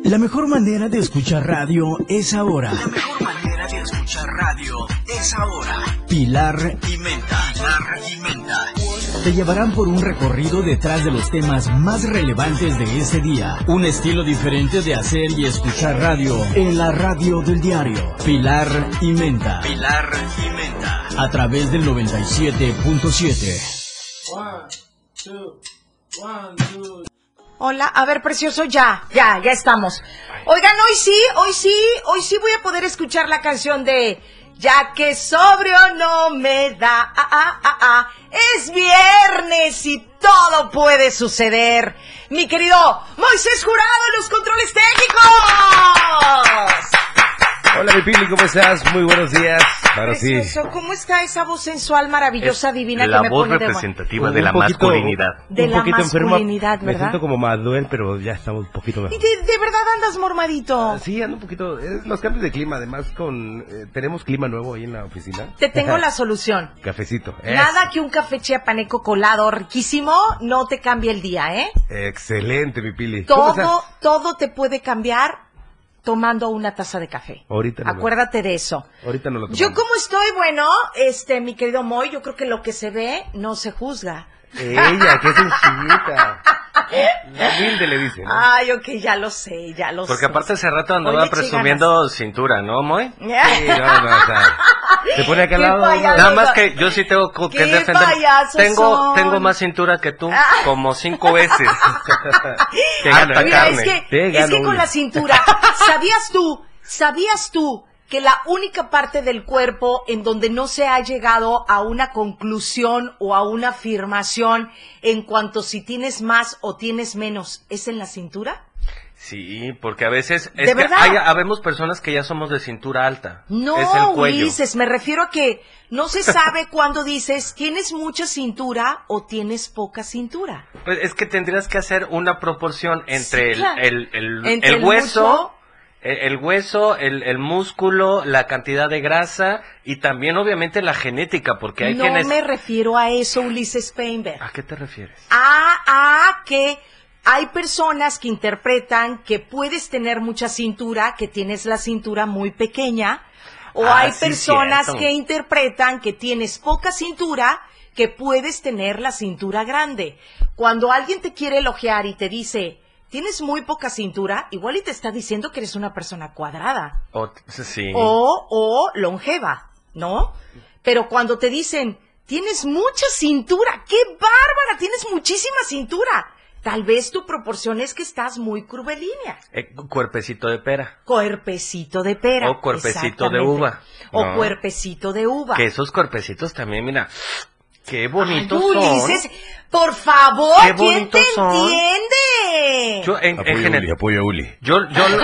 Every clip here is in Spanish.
La mejor manera de escuchar radio es ahora. La mejor manera de escuchar radio es ahora. Pilar y Menta. Pilar y Menta. Te llevarán por un recorrido detrás de los temas más relevantes de ese día. Un estilo diferente de hacer y escuchar radio en la radio del diario. Pilar y Menta. Pilar y Menta. A través del 97.7. Hola, a ver, precioso, ya estamos. Oigan, hoy sí voy a poder escuchar la canción de Ya que sobrio no me da, es viernes y todo puede suceder. Mi querido Moisés Jurado en los controles técnicos. Hola, mi Pili, ¿cómo estás? Muy buenos días. Ahora sí. ¿Cómo está esa voz sensual, maravillosa, divina que me pone de... La voz representativa de la masculinidad. De la masculinidad, ¿verdad? Me siento como Manuel, pero ya estamos un poquito mejor. ¿Y de verdad andas mormadito? Sí, ando un poquito. Los cambios de clima, además tenemos clima nuevo ahí en la oficina. Te tengo la solución. Cafecito. Nada que un café chiapaneco colado riquísimo no te cambie el día, ¿eh? Excelente, mi Pili. Todo te puede cambiar tomando una taza de café. Ahorita no. Acuérdate de eso. Ahorita no lo tomamos. Yo como estoy, bueno, mi querido Moy, yo creo que lo que se ve no se juzga. Ella, qué sencillita. Humilde le dice, ¿no? Ay, ok, ya lo sé. Porque aparte hace rato andaba presumiendo cintura, ¿no, Moy? Sí, no, o sea, se pone acá al lado. Nada más que yo sí tengo que defender. Tengo más cintura que tú, como 5 veces. Que gana mira, carne. Es que con la cintura, ¿sabías tú que la única parte del cuerpo en donde no se ha llegado a una conclusión o a una afirmación en cuanto si tienes más o tienes menos es en la cintura? Sí, porque a veces ¿De verdad? habemos personas que ya somos de cintura alta. No, es el cuello. Ulises, me refiero a que no se sabe cuándo dices tienes mucha cintura o tienes poca cintura. Pues es que tendrías que hacer una proporción entre Sí, claro. el hueso. El hueso, el músculo, la cantidad de grasa y también obviamente la genética, porque hay quienes... No me refiero a eso, Ulises Painberg. ¿A qué te refieres? A que hay personas que interpretan que puedes tener mucha cintura, que tienes la cintura muy pequeña, o hay sí, personas cierto. que interpretan que tienes poca cintura, que puedes tener la cintura grande. Cuando alguien te quiere elogiar y te dice... Tienes muy poca cintura, igual y te está diciendo que eres una persona cuadrada. Sí. O longeva, ¿no? Pero cuando te dicen, tienes mucha cintura, ¡qué bárbara! Tienes muchísima cintura. Tal vez tu proporción es que estás muy curvilínea. Cuerpecito de pera. Cuerpecito de pera. O cuerpecito de uva. O No. cuerpecito de uva. Que esos cuerpecitos también, mira, qué bonitos Ay, son. Ulises, por favor, Qué ¿quién te bonitos son. entiende? Yo en general, Apoya Uli. yo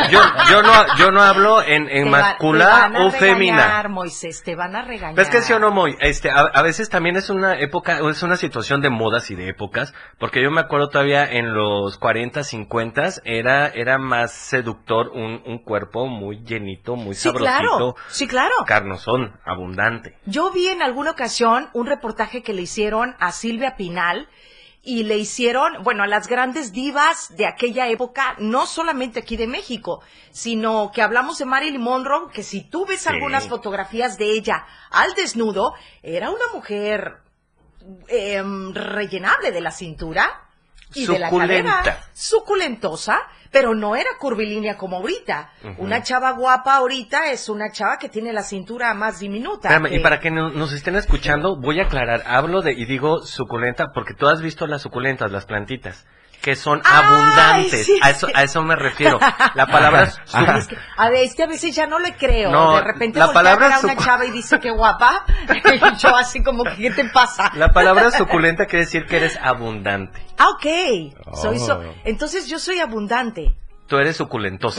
no hablo en masculina o femina. Moisés, te van a regañar. ¿Ves que sí o no, Moy? A veces también es una época, es una situación de modas y de épocas, porque yo me acuerdo todavía en los 40, 50, era más seductor un cuerpo muy llenito, muy sabrosito. Sí, claro. Carnosón, abundante. Yo vi en alguna ocasión un reportaje que le hicieron a Silvia Pinal, y le hicieron, bueno, a las grandes divas de aquella época, no solamente aquí de México, sino que hablamos de Marilyn Monroe, que si tú ves algunas fotografías de ella al desnudo, era una mujer rellenable de la cintura y de la cadera, suculentosa, pero no era curvilínea como ahorita. Una chava guapa ahorita es una chava que tiene la cintura más diminuta. Espérame, y para que nos estén escuchando, voy a aclarar, hablo y digo suculenta, porque tú has visto las suculentas, las plantitas, que son abundantes. Sí. A eso me refiero. La palabra Es que, a veces ya no le creo. No, de repente la voltea a palabra ver a una chava y dice que guapa. Y yo así como que, ¿qué te pasa? La palabra suculenta quiere decir que eres abundante. Ah, ok. Entonces yo soy abundante. Tú eres suculentoso.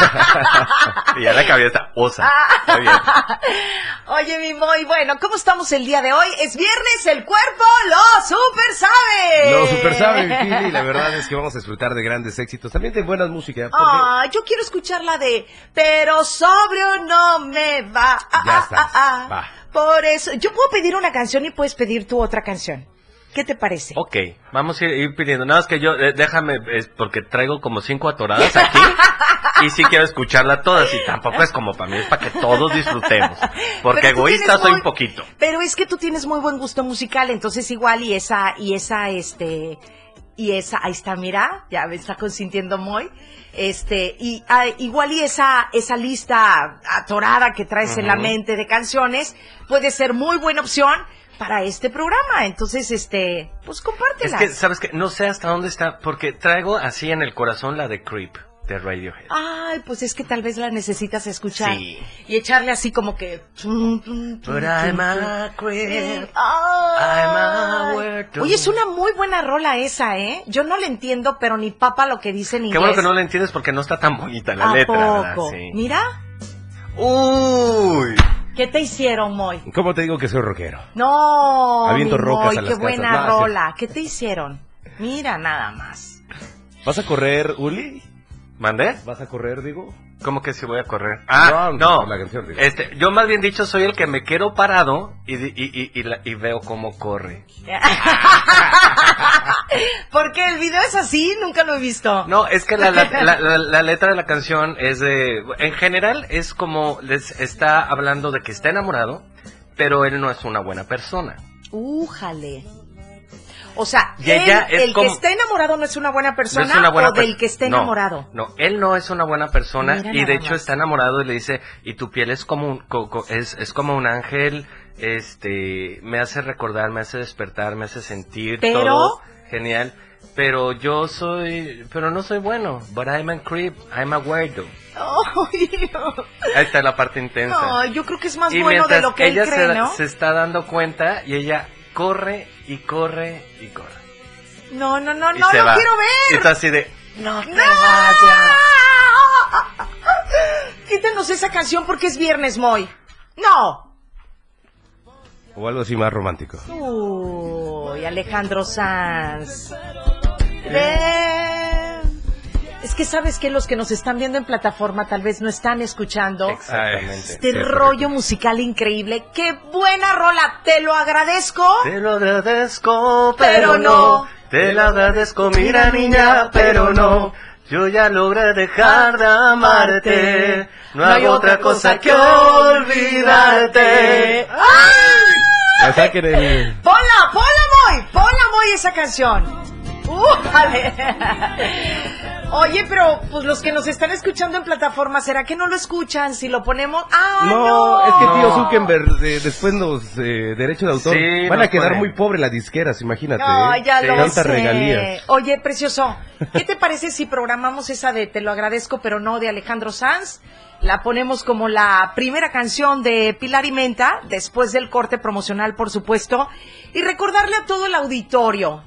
Y ya la cabeza osa. Muy bien. Oye, mi Moy, bueno, ¿cómo estamos el día de hoy? Es viernes, el cuerpo lo super sabe. Lo super sabe, mi Pili. La verdad es que vamos a disfrutar de grandes éxitos. También de buenas músicas. Yo quiero escuchar la de Pero sobrio no me va. Ya está. Va. Por eso, yo puedo pedir una canción y puedes pedir tú otra canción. ¿Qué te parece? Ok, vamos a ir pidiendo. Nada más que yo, déjame, porque traigo como 5 atoradas aquí. Y sí quiero escucharla todas. Y tampoco es como para mí, es para que todos disfrutemos. Porque Pero tú egoísta tienes soy muy- un poquito. Pero es que tú tienes muy buen gusto musical, entonces igual y esa, ahí está, mira, ya me está consintiendo muy, igual y esa lista atorada que traes en la mente de canciones puede ser muy buena opción para este programa, entonces, pues Es compártelas. que, ¿sabes qué? No sé hasta dónde está, porque traigo así en el corazón la de Creep, de Radiohead. Ay, pues es que tal vez la necesitas escuchar. Sí. Y echarle así como que... But I'm a creep. Ay. I'm a weirdo. Oye, es una muy buena rola esa, ¿eh? Yo no le entiendo, pero ni papa lo que dice en inglés. Qué bueno que no la entiendes porque no está tan bonita la ¿A letra, ¿verdad? poco? Sí. Mira, Uy. ¿qué te hicieron, Moy? ¿Cómo te digo que soy rockero? No, Aviento mi rocas Moy, a qué las buena casas. No, sí. rola. ¿Qué te hicieron? Mira, nada más. ¿Vas a correr, Uli? ¿Mandé? ¿Vas a correr, digo? ¿Cómo que si voy a correr? Ah, no. por la canción, digo. Yo más bien dicho soy el que me quedo parado y veo cómo corre. Porque el video es así, nunca lo he visto. No, es que la letra de la canción es de... En general es como les está hablando de que está enamorado, pero él no es una buena persona. Újale. O sea, Y ella es el como- que está enamorado no es una buena persona No es una buena o del que esté no, enamorado. No, él no es una buena persona Mira y de nada hecho más. está enamorado y le dice, y tu piel es como un, es como un ángel, me hace recordar, me hace despertar, me hace sentir Pero- todo genial, pero pero no soy bueno, but I'm a creep, I'm a weirdo. Ay, Ahí está la parte intensa. no, yo creo que es más Y bueno de mientras lo que él ella cree, ¿no? se está dando cuenta y ella corre y corre y corre. No, Y no se va. quiero Y ver. está así de, no te ¡No! vayas. Quítanos esa canción porque es viernes, Moy. No. O algo así más romántico. Uy, Alejandro Sanz. Ven. Es que sabes que los que nos están viendo en plataforma tal vez no están escuchando Exactamente. este Sí, rollo correcto. musical increíble. ¡Qué buena rola! Te lo agradezco. Te lo agradezco, Pero pero no. no. Te lo agradezco, mira niña, pero no. Yo ya logré dejar de amarte. No hago otra cosa que olvidarte. O sea, que el... Ponla, Moy, esa canción. Vale. Oye, pero pues los que nos están escuchando en plataforma, ¿será que no lo escuchan si lo ponemos? ¡Ah, no! No, es que tío No. Zuckerberg, después los derechos de autor Sí, van a nos quedar ponen. muy pobres las disqueras, imagínate. No, ya Sí. lo Tantas sé. regalías. Oye, precioso, ¿qué te parece si programamos esa de Te lo agradezco, pero no de Alejandro Sanz? La ponemos como la primera canción de Pilar y Menta, después del corte promocional, por supuesto. Y recordarle a todo el auditorio,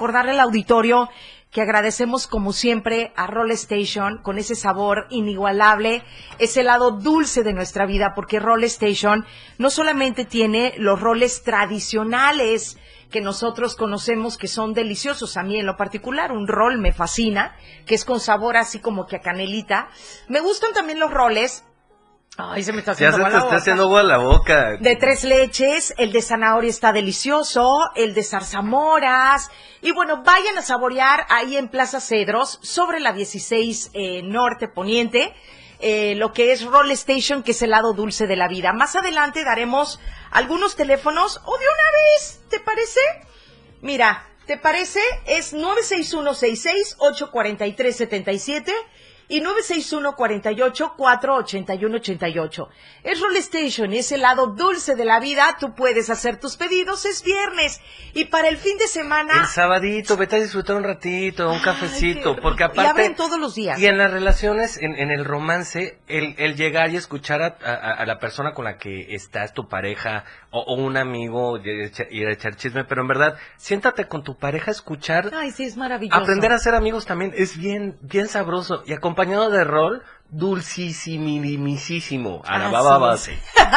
que agradecemos como siempre a Roll Station con ese sabor inigualable, ese lado dulce de nuestra vida, porque Roll Station no solamente tiene los roles tradicionales que nosotros conocemos que son deliciosos. A mí en lo particular un rol me fascina, que es con sabor así como que a canelita. Me gustan también los roles. Ay, se me está Ya haciendo se agua te la está boca. haciendo agua la boca. De 3 leches, el de zanahoria está delicioso, el de zarzamoras. Y bueno, vayan a saborear ahí en Plaza Cedros, sobre la 16 Norte Poniente, lo que es Roll Station, que es el lado dulce de la vida. Más adelante daremos algunos teléfonos, o de una vez, ¿te parece? Mira, ¿te parece? Es 961-66-843-77 y 961-48-481-88. Es Roll Station, es el lado dulce de la vida. Tú puedes hacer tus pedidos, es viernes. Y para el fin de semana... El sabadito, vete a disfrutar un ratito, un cafecito, qué porque rico. Y aparte... abren todos los días. Y en las relaciones, en el romance, el llegar y escuchar a la persona con la que estás, tu pareja, o un amigo, ir a echar chisme, pero en verdad, siéntate con tu pareja a escuchar, Ay, sí, es maravilloso. aprender a ser amigos también, es bien sabroso, y acompañado de rol, dulcísimo, a la baba base.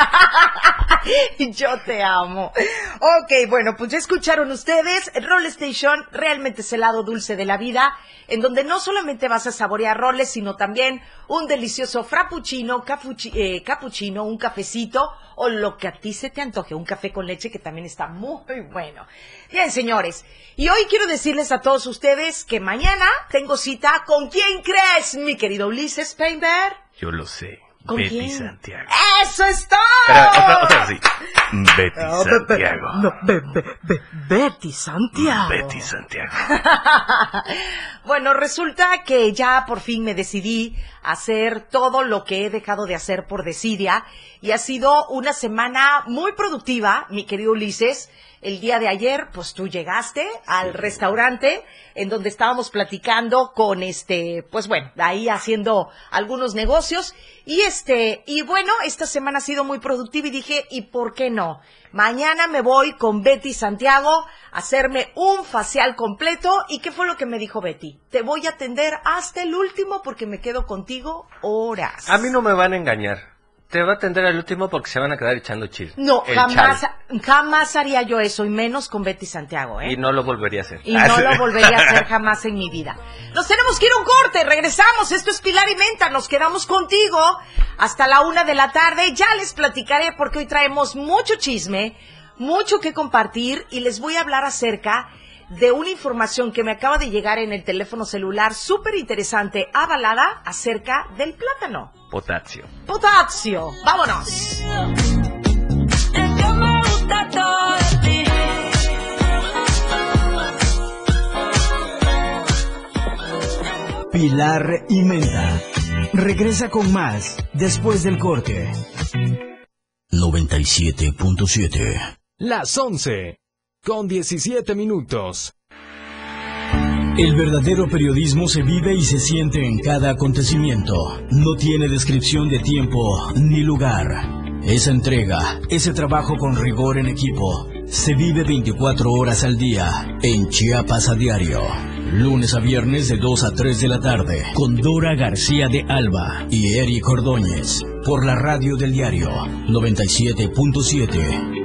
Yo te amo. Ok, bueno, pues ya escucharon ustedes, Roll Station realmente es el lado dulce de la vida, en donde no solamente vas a saborear roles, sino también un delicioso frappuccino, cappuccino, un cafecito, o lo que a ti se te antoje, un café con leche que también está muy bueno. Bien, señores, y hoy quiero decirles a todos ustedes que mañana tengo cita con ¿quién crees, mi querido Ulises Painter? Yo lo sé. ¿Con Betty quién? Santiago. ¡Eso es todo! Otra sí. Betty Santiago. Betty Santiago. Betty Santiago. Bueno, resulta que ya por fin me decidí a hacer todo lo que he dejado de hacer por desidia y ha sido una semana muy productiva, mi querido Ulises. El día de ayer, pues tú llegaste al restaurante en donde estábamos platicando con pues bueno, ahí haciendo algunos negocios y bueno, esta semana ha sido muy productiva y dije, ¿y por qué no? Mañana me voy con Betty Santiago a hacerme un facial completo. ¿Y qué fue lo que me dijo Betty? Te voy a atender hasta el último porque me quedo contigo horas. A mí no me van a engañar. Te va a atender al último porque se van a quedar echando chisme. No, jamás haría yo eso, y menos con Betty Santiago, ¿eh? Y no lo volvería a hacer. Y no lo volvería a hacer jamás en mi vida. Nos tenemos que ir a un corte, regresamos. Esto es Pilar y Menta, nos quedamos contigo hasta la 1 de la tarde. Ya les platicaré porque hoy traemos mucho chisme, mucho que compartir y les voy a hablar acerca de una información que me acaba de llegar en el teléfono celular súper interesante, avalada acerca del plátano. Potasio. Vámonos. Pilar y Menta. Regresa con más después del corte. 97.7. Las 11, con 17 minutos. El verdadero periodismo se vive y se siente en cada acontecimiento. No tiene descripción de tiempo ni lugar. Esa entrega, ese trabajo con rigor en equipo, se vive 24 horas al día en Chiapas a Diario. Lunes a viernes de 2 a 3 de la tarde, con Dora García de Alba y Eric Ordóñez, por la radio del diario 97.7.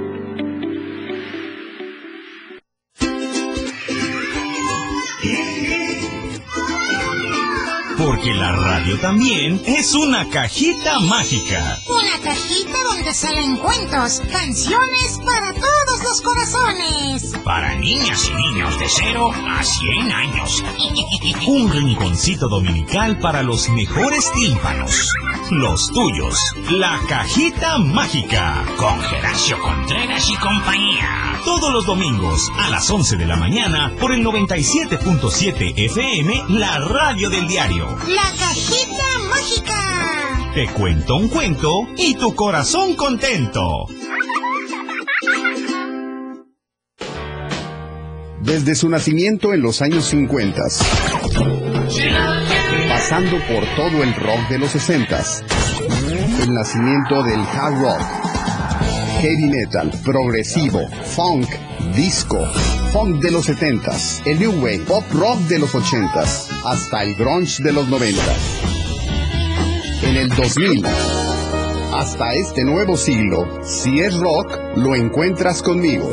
Porque la radio también es una cajita mágica. Una cajita donde salen cuentos, canciones para todos los corazones. Para niñas y niños de 0 a 100 años. Un rinconcito dominical para los mejores tímpanos. Los tuyos. La cajita mágica. Con Geracio Contreras y compañía. Todos los domingos a las 11 de la mañana por el 97.7 FM, la radio del diario. La cajita mágica. Te cuento un cuento y tu corazón contento. Desde su nacimiento en los años 50, pasando por todo el rock de los 60, el nacimiento del hard rock, heavy metal, progresivo, funk, disco, funk de los 70s, el new wave, pop rock de los 80s, hasta el grunge de los 90s. En el 2000, hasta este nuevo siglo, si es rock, lo encuentras conmigo.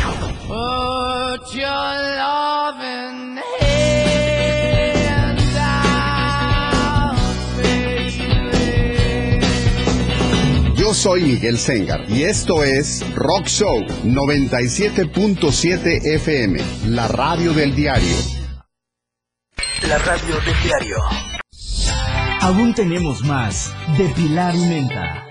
Yo soy Miguel Sengar y esto es Rock Show 97.7 FM, la radio del diario. La radio del diario. Aún tenemos más de Pilar y Menta.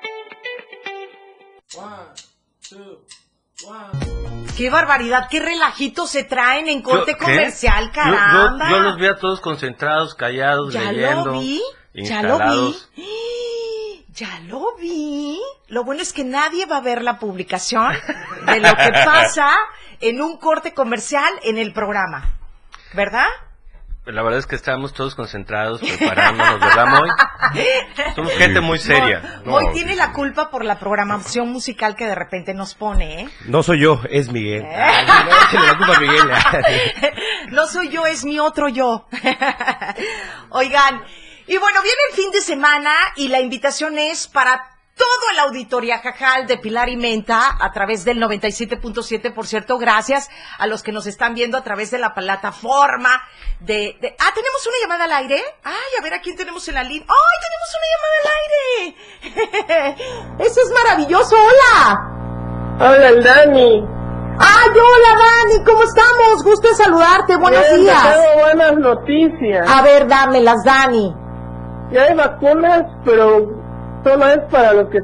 ¡Qué barbaridad! ¡Qué relajito se traen en corte comercial, ¿Qué? caramba! Yo los vi a todos concentrados, callados, leyendo. Instalados. Ya lo vi. Lo bueno es que nadie va a ver la publicación de lo que pasa en un corte comercial en el programa, ¿verdad? La verdad es que estábamos todos concentrados, preparándonos, ¿verdad, Moy? Somos gente muy seria. Moy tiene la culpa por la programación musical que de repente nos pone, ¿eh? No soy yo, es Miguel. No, échale la culpa a Miguel. No soy yo, es mi otro yo. Oigan, Y bueno, viene el fin de semana y la invitación es para todo el auditorio Jajal de Pilar y Menta a través del 97.7. Por cierto, gracias a los que nos están viendo a través de la plataforma tenemos una llamada al aire. Ay, a ver a quién tenemos en la línea. ¡Ay, tenemos una llamada al aire! Eso es maravilloso. ¡Hola! Hola, el Dani. ¡Ay, hola, Dani! ¿Cómo estamos? Gusto en saludarte. Buenos días. Tengo buenas noticias. A ver, dámelas, Dani. Ya hay vacunas, pero solo es para los que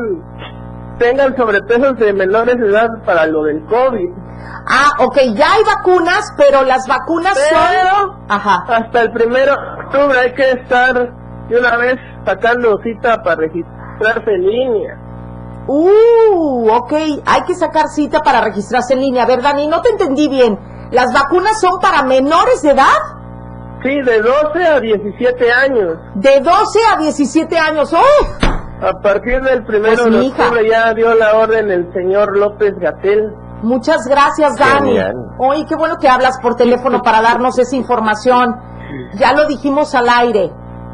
tengan sobrepeso de menores de edad para lo del COVID. Ah, ok, ya hay vacunas, pero las vacunas son... Ajá. Hasta el 1 de octubre hay que estar de una vez sacando cita para registrarse en línea. Ok, hay que sacar cita para registrarse en línea. A ver, Dani, no te entendí bien. ¿Las vacunas son para menores de edad? Sí, de 12 a 17 años. De 12 a 17 años, ¡oh! A partir del 1 de octubre ya dio la orden el señor López-Gatell. Muchas gracias, Dani. Genial. Oye, qué bueno que hablas por teléfono para darnos esa información. Ya lo dijimos al aire.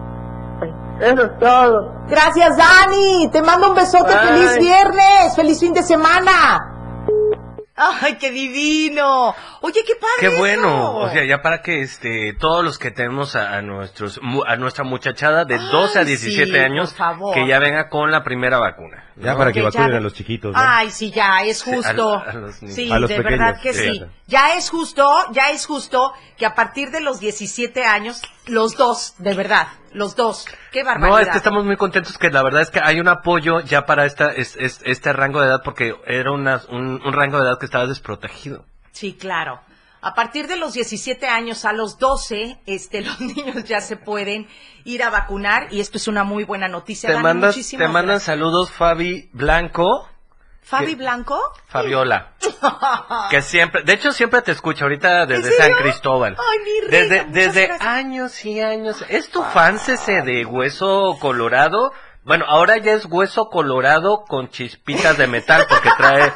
Eso es todo. Gracias, Dani. Te mando un besote. Bye. Feliz viernes. Feliz fin de semana. ¡Ay, qué divino! Oye, qué padre. Qué bueno, esto. o sea, ya para que todos los que tenemos a nuestra muchachada de 12 a 17 años, por favor, que ya venga con la primera vacuna. Ya para que vacunen a los chiquitos, ¿no? Ay, sí, ya es justo. Sí, Sí, a los de pequeños, verdad que sí. sí. Ya es justo que a partir de los 17 años, los dos, de verdad, los dos. Qué barbaridad. No, es que estamos muy contentos que la verdad es que hay un apoyo ya para este rango de edad, porque era un rango de edad que estaba desprotegido. Sí, claro. A partir de los 17 años a los 12, los niños ya se pueden ir a vacunar y esto es una muy buena noticia. Te Dani, mandan muchísimas gracias. saludos Fabi Blanco. ¿Fabi Blanco? Fabiola. Que siempre, de hecho siempre te escucha ahorita desde ¿En serio? San Cristóbal. Ay, mi reina, desde gracias. años y años. ¿Es tu fancese de Hueso Colorado? Bueno, ahora ya es Hueso Colorado con chispitas de metal porque trae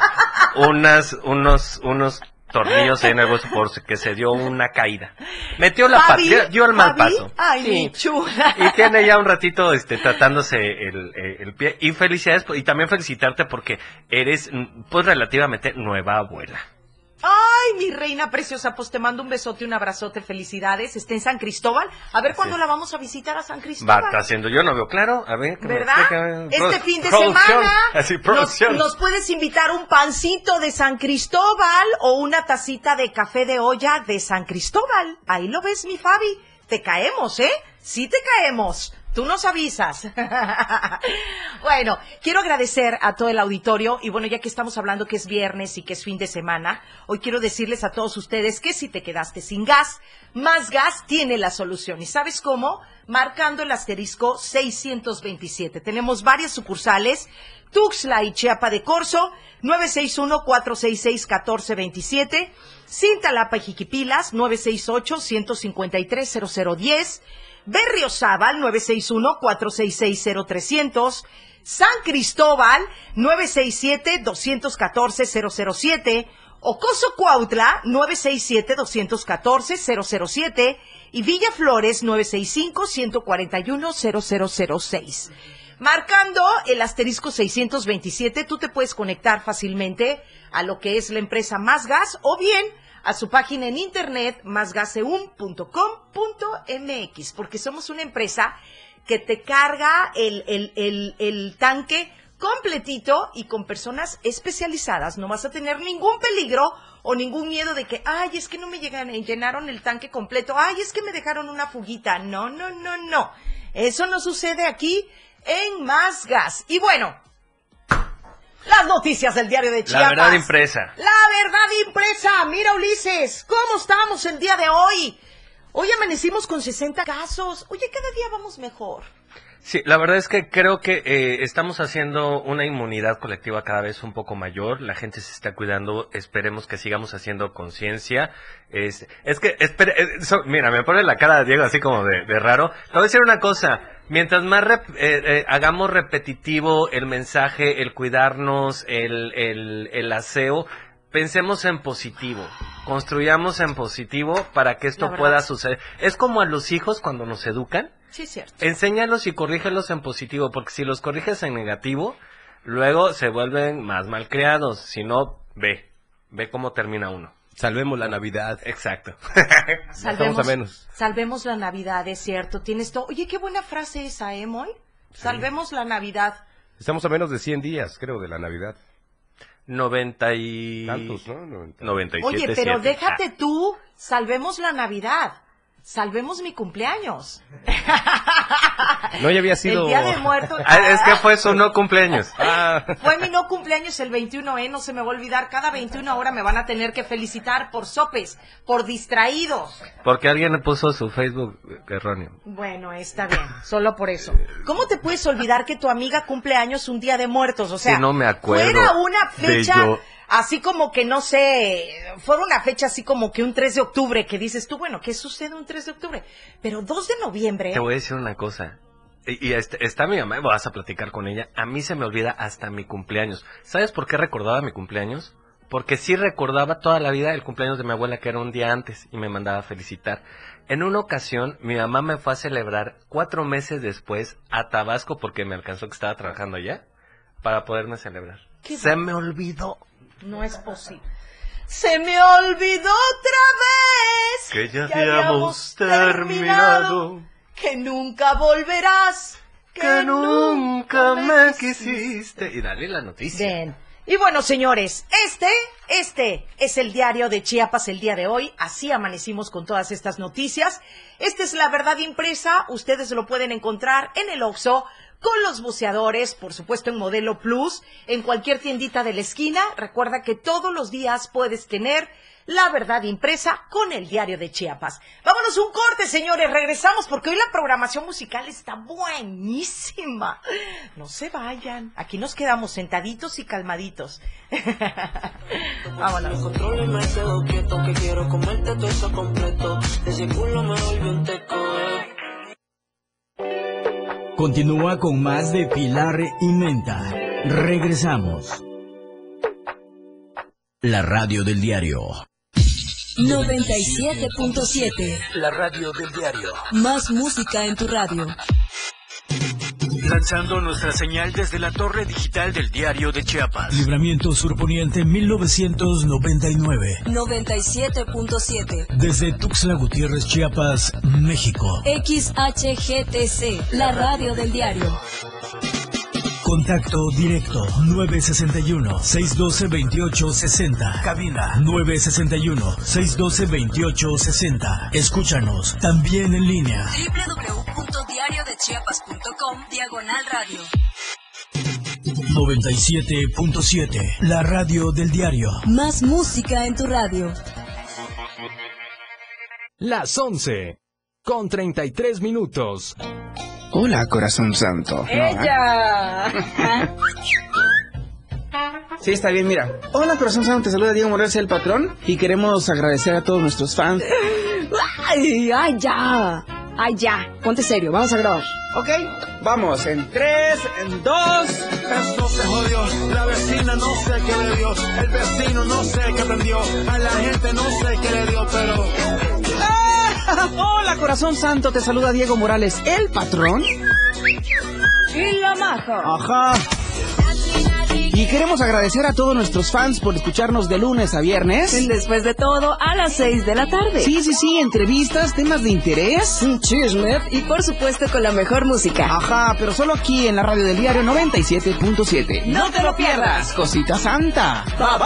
unos tornillos en el hueso porque se dio una caída. Metió la pata, dio el mal paso. Ay, Sí. mi chula. Y tiene ya un ratito tratándose el pie. Y felicidades, y también felicitarte porque eres, pues, relativamente nueva abuela. Ay, mi reina preciosa, pues te mando un besote, un abrazote, felicidades. Está en San Cristóbal. A ver cuándo la vamos a visitar a San Cristóbal. Va, está haciendo, yo no veo claro. A ver, que ¿verdad? Este fin de producción. semana Así, producción. nos puedes invitar un pancito de San Cristóbal o una tacita de café de olla de San Cristóbal. Ahí lo ves, mi Fabi. Te caemos, ¿eh? Sí te caemos. Tú nos avisas. Bueno, quiero agradecer a todo el auditorio y bueno, ya que estamos hablando que es viernes y que es fin de semana, hoy quiero decirles a todos ustedes que si te quedaste sin gas, Más Gas tiene la solución. ¿Y sabes cómo? Marcando el asterisco 627. Tenemos varias sucursales, Tuxtla y Chiapa de Corzo, 961-466-1427, Cintalapa y Jiquipilas, 968-153-0010, Berriozábal, 961-466-0300, San Cristóbal, 967-214-007, Ocoso Cuautla, 967-214-007 y Villa Flores, 965-141-0006. Marcando el asterisco 627, tú te puedes conectar fácilmente a lo que es la empresa Más Gas o bien a su página en internet másgaseum.com.mx, porque somos una empresa que te carga el tanque completito y con personas especializadas. No vas a tener ningún peligro o ningún miedo de que, ay, es que no me llenaron el tanque completo, ay, es que me dejaron una fuguita. No, no, no, no. Eso no sucede aquí en Más Gas. Y bueno, las noticias del diario de Chiapas. La verdad impresa. La verdad impresa. Mira, Ulises, ¿cómo estamos el día de hoy? Hoy amanecimos con 60 casos. Oye, cada día vamos mejor. Sí, la verdad es que creo que estamos haciendo una inmunidad colectiva cada vez un poco mayor, la gente se está cuidando, esperemos que sigamos haciendo conciencia. Mira, me pone la cara de Diego así como de raro. Te voy a decir una cosa, mientras más hagamos repetitivo el mensaje, el cuidarnos, el aseo, pensemos en positivo, construyamos en positivo para que esto pueda suceder. Es como a los hijos cuando nos educan. Sí, cierto. Enséñalos y corrígelos en positivo, porque si los corriges en negativo, luego se vuelven más malcriados. Si no, ve cómo termina uno. Salvemos la Navidad. Exacto. Estamos a menos. Salvemos la Navidad, es cierto, tienes todo. Oye, qué buena frase esa, Moy? Sí. Salvemos la Navidad. Estamos a menos de 100 días, creo, de la Navidad. 90 y... Tantos, ¿no? 97. Oye, pero déjate tú, salvemos la Navidad. Salvemos mi cumpleaños. No, ya había sido... El Día de Muertos. Es que fue su no cumpleaños. Fue mi no cumpleaños el 21, no se me va a olvidar. Cada 21 ahora me van a tener que felicitar por sopes, por distraídos. Porque alguien le puso su Facebook erróneo. Bueno, está bien, solo por eso. ¿Cómo te puedes olvidar que tu amiga cumple años un Día de Muertos? O sea, sí, no me acuerdo. Fuera una fecha... Así como que, no sé, fuera una fecha así como que un 3 de octubre, que dices tú, bueno, ¿qué sucede un 3 de octubre? Pero 2 de noviembre... Te voy a decir una cosa, y está mi mamá, vas a platicar con ella, a mí se me olvida hasta mi cumpleaños. ¿Sabes por qué recordaba mi cumpleaños? Porque sí recordaba toda la vida el cumpleaños de mi abuela, que era un día antes, y me mandaba a felicitar. En una ocasión, mi mamá me fue a celebrar 4 meses después a Tabasco, porque me alcanzó que estaba trabajando allá, para poderme celebrar. Se me olvidó. No es posible. Se me olvidó otra vez que ya habíamos terminado, que nunca volverás, que nunca me quisiste. Y dale la noticia. Bien. Y bueno, señores, este es el diario de Chiapas el día de hoy. Así amanecimos con todas estas noticias. Esta es la verdad impresa. Ustedes lo pueden encontrar en el Oxxo, con los buceadores, por supuesto en Modelo Plus, en cualquier tiendita de la esquina. Recuerda que todos los días puedes tener la verdad impresa con el diario de Chiapas. Vámonos un corte, señores, regresamos porque hoy la programación musical está buenísima. No se vayan, aquí nos quedamos sentaditos y calmaditos. Vámonos. Continúa con más de Pilar y Menta. Regresamos. La radio del diario. 97.7. La radio del diario. Más música en tu radio. Lanzando nuestra señal desde la torre digital del diario de Chiapas. Libramiento Surponiente 1999. 97.7. Desde Tuxtla Gutiérrez, Chiapas, México. XHGTC, la radio del diario. Contacto directo 961-612-2860. Cabina 961-612-2860. Escúchanos también en línea. www.diariodechiapas.com/radio. 97.7, la radio del diario. Más música en tu radio. Las 11, con 33 minutos. Hola, corazón santo. ¡Ella! Sí, está bien, mira. Hola, corazón santo, te saluda Diego Morales, el patrón, y queremos agradecer a todos nuestros fans. ¡Ay, ya! ¡Ay, ya! Ponte serio, vamos a grabar. Ok, vamos, en 3, en 2... Esto se jodió, la vecina no sé qué le dio, el vecino no sé qué prendió, a la gente no sé qué le dio, pero... Hola, corazón santo, te saluda Diego Morales, el patrón. Y la maja. Ajá. Y queremos agradecer a todos nuestros fans por escucharnos de lunes a viernes. Después de todo, a las 6 de la tarde. Sí, entrevistas, temas de interés, chisme y por supuesto con la mejor música. Ajá, pero solo aquí en la radio del diario 97.7. ¡No te lo pierdas! Cosita santa. Bye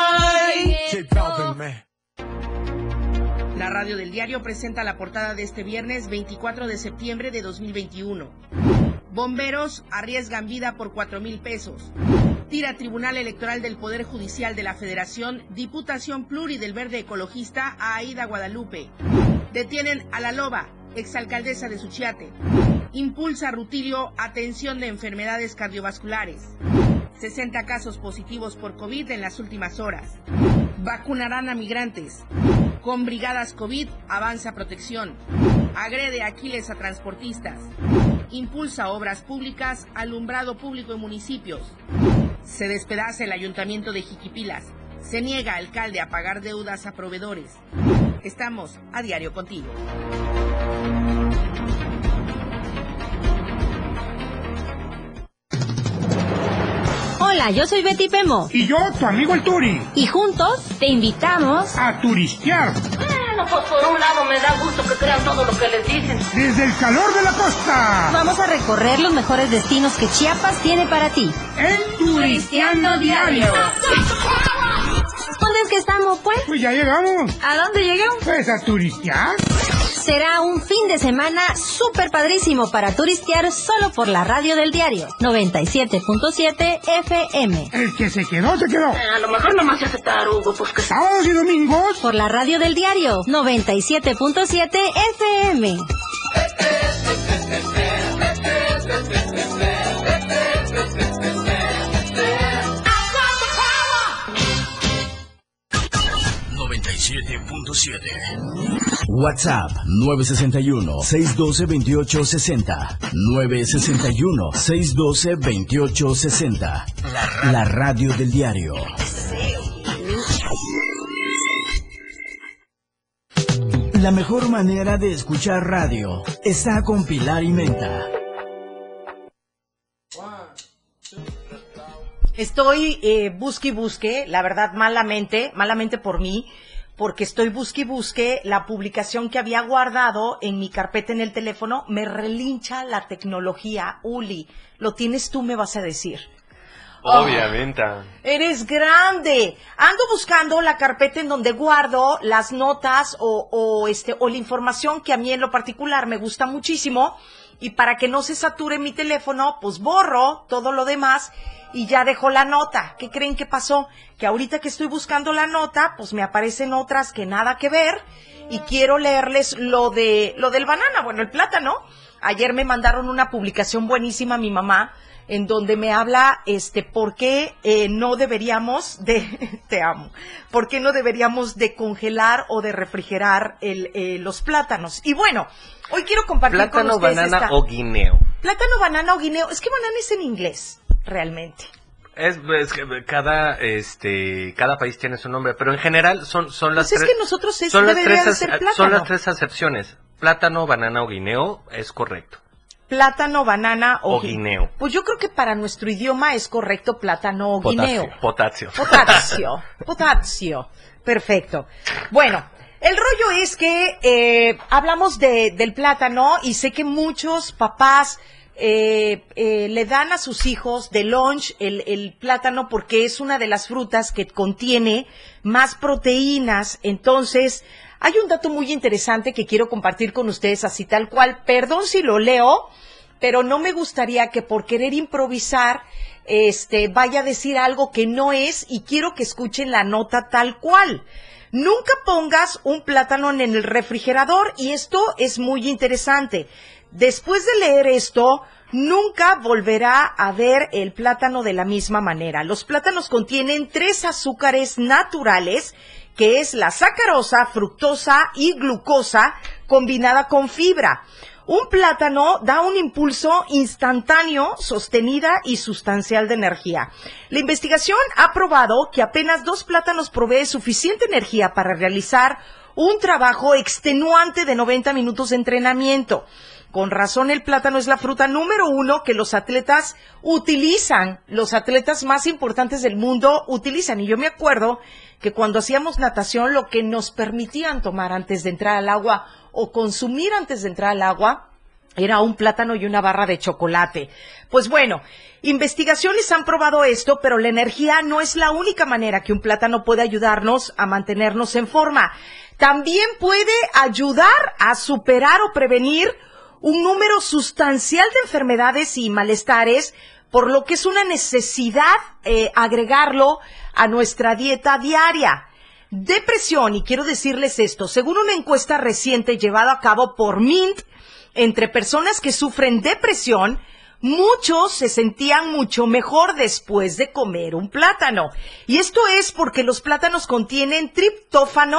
bye. La radio del diario presenta la portada de este viernes 24 de septiembre de 2021. Bomberos arriesgan vida por 4,000 pesos. Tira Tribunal Electoral del Poder Judicial de la Federación Diputación Pluri del Verde Ecologista a Aida Guadalupe. Detienen a la Loba, exalcaldesa de Suchiate. Impulsa Rutilio atención de enfermedades cardiovasculares. 60 casos positivos por COVID en las últimas horas. Vacunarán a migrantes. Con brigadas COVID avanza protección. Agrede a Aquiles a transportistas. Impulsa obras públicas, alumbrado público en municipios. Se despedaza el ayuntamiento de Jiquipilas. Se niega alcalde a pagar deudas a proveedores. Estamos a diario contigo. Hola, yo soy Betty Pemo. Y yo, tu amigo el Turi. Y juntos te invitamos a turistear. Bueno, pues por un lado me da gusto que crean todo lo que les dicen. Desde el calor de la costa. Vamos a recorrer los mejores destinos que Chiapas tiene para ti. En Turisteando Diario. ¿Dónde es que estamos, pues? Pues ya llegamos. ¿A dónde llegamos? Pues a turistear. Será un fin de semana súper padrísimo para turistear solo por la radio del diario 97.7 FM. El que se quedó, se quedó. A lo mejor nomás se hace tarugo, pues que... Sábados y domingos. Por la radio del diario 97.7 FM. 97.7. WhatsApp 961-612-2860. 961-612-2860. La radio del diario. La mejor manera de escuchar radio está con Pilar y Menta. Estoy busque y busque, la verdad malamente por mí, porque estoy busque y busque la publicación que había guardado en mi carpeta en el teléfono. Me relincha la tecnología, Uli. Lo tienes tú, me vas a decir. Obviamente. Eres grande. Ando buscando la carpeta en donde guardo las notas o la información que a mí en lo particular me gusta muchísimo, y para que no se sature mi teléfono, pues borro todo lo demás y ya dejo la nota. ¿Qué creen que pasó? Que ahorita que estoy buscando la nota, pues me aparecen otras que nada que ver, y quiero leerles lo del banana, bueno, el plátano. Ayer me mandaron una publicación buenísima a mi mamá, en donde me habla por qué no deberíamos de te amo, por qué no deberíamos de congelar o de refrigerar los plátanos. Y bueno, hoy quiero compartir plátano, con ustedes banana o guineo. Plátano, banana o guineo. Es que banana es en inglés, realmente. Es que cada país tiene su nombre, pero en general son las tres. Es que nosotros debería de ser plátano. Son las tres acepciones. Plátano, banana o guineo es correcto. Plátano, banana o guineo. Pues yo creo que para nuestro idioma es correcto plátano o guineo. Potasio. Perfecto. Bueno, el rollo es que hablamos del plátano, y sé que muchos papás le dan a sus hijos de lunch el plátano porque es una de las frutas que contiene más proteínas. Entonces, hay un dato muy interesante que quiero compartir con ustedes así tal cual. Perdón si lo leo, pero no me gustaría que por querer improvisar vaya a decir algo que no es, y quiero que escuchen la nota tal cual. Nunca pongas un plátano en el refrigerador, y esto es muy interesante. Después de leer esto, nunca volverá a ver el plátano de la misma manera. Los plátanos contienen 3 azúcares naturales, que es la sacarosa, fructosa y glucosa combinada con fibra. Un plátano da un impulso instantáneo, sostenida y sustancial de energía. La investigación ha probado que apenas 2 plátanos provee suficiente energía para realizar un trabajo extenuante de 90 minutos de entrenamiento. Con razón, el plátano es la fruta número 1 que los atletas utilizan, los atletas más importantes del mundo utilizan. Y yo me acuerdo que cuando hacíamos natación, lo que nos permitían tomar antes de entrar al agua o consumir antes de entrar al agua era un plátano y una barra de chocolate. Pues bueno, investigaciones han probado esto, pero la energía no es la única manera que un plátano puede ayudarnos a mantenernos en forma. También puede ayudar a superar o prevenir un número sustancial de enfermedades y malestares, por lo que es una necesidad agregarlo a nuestra dieta diaria. Depresión, y quiero decirles esto, según una encuesta reciente llevada a cabo por Mint, entre personas que sufren depresión, muchos se sentían mucho mejor después de comer un plátano. Y esto es porque los plátanos contienen triptófano,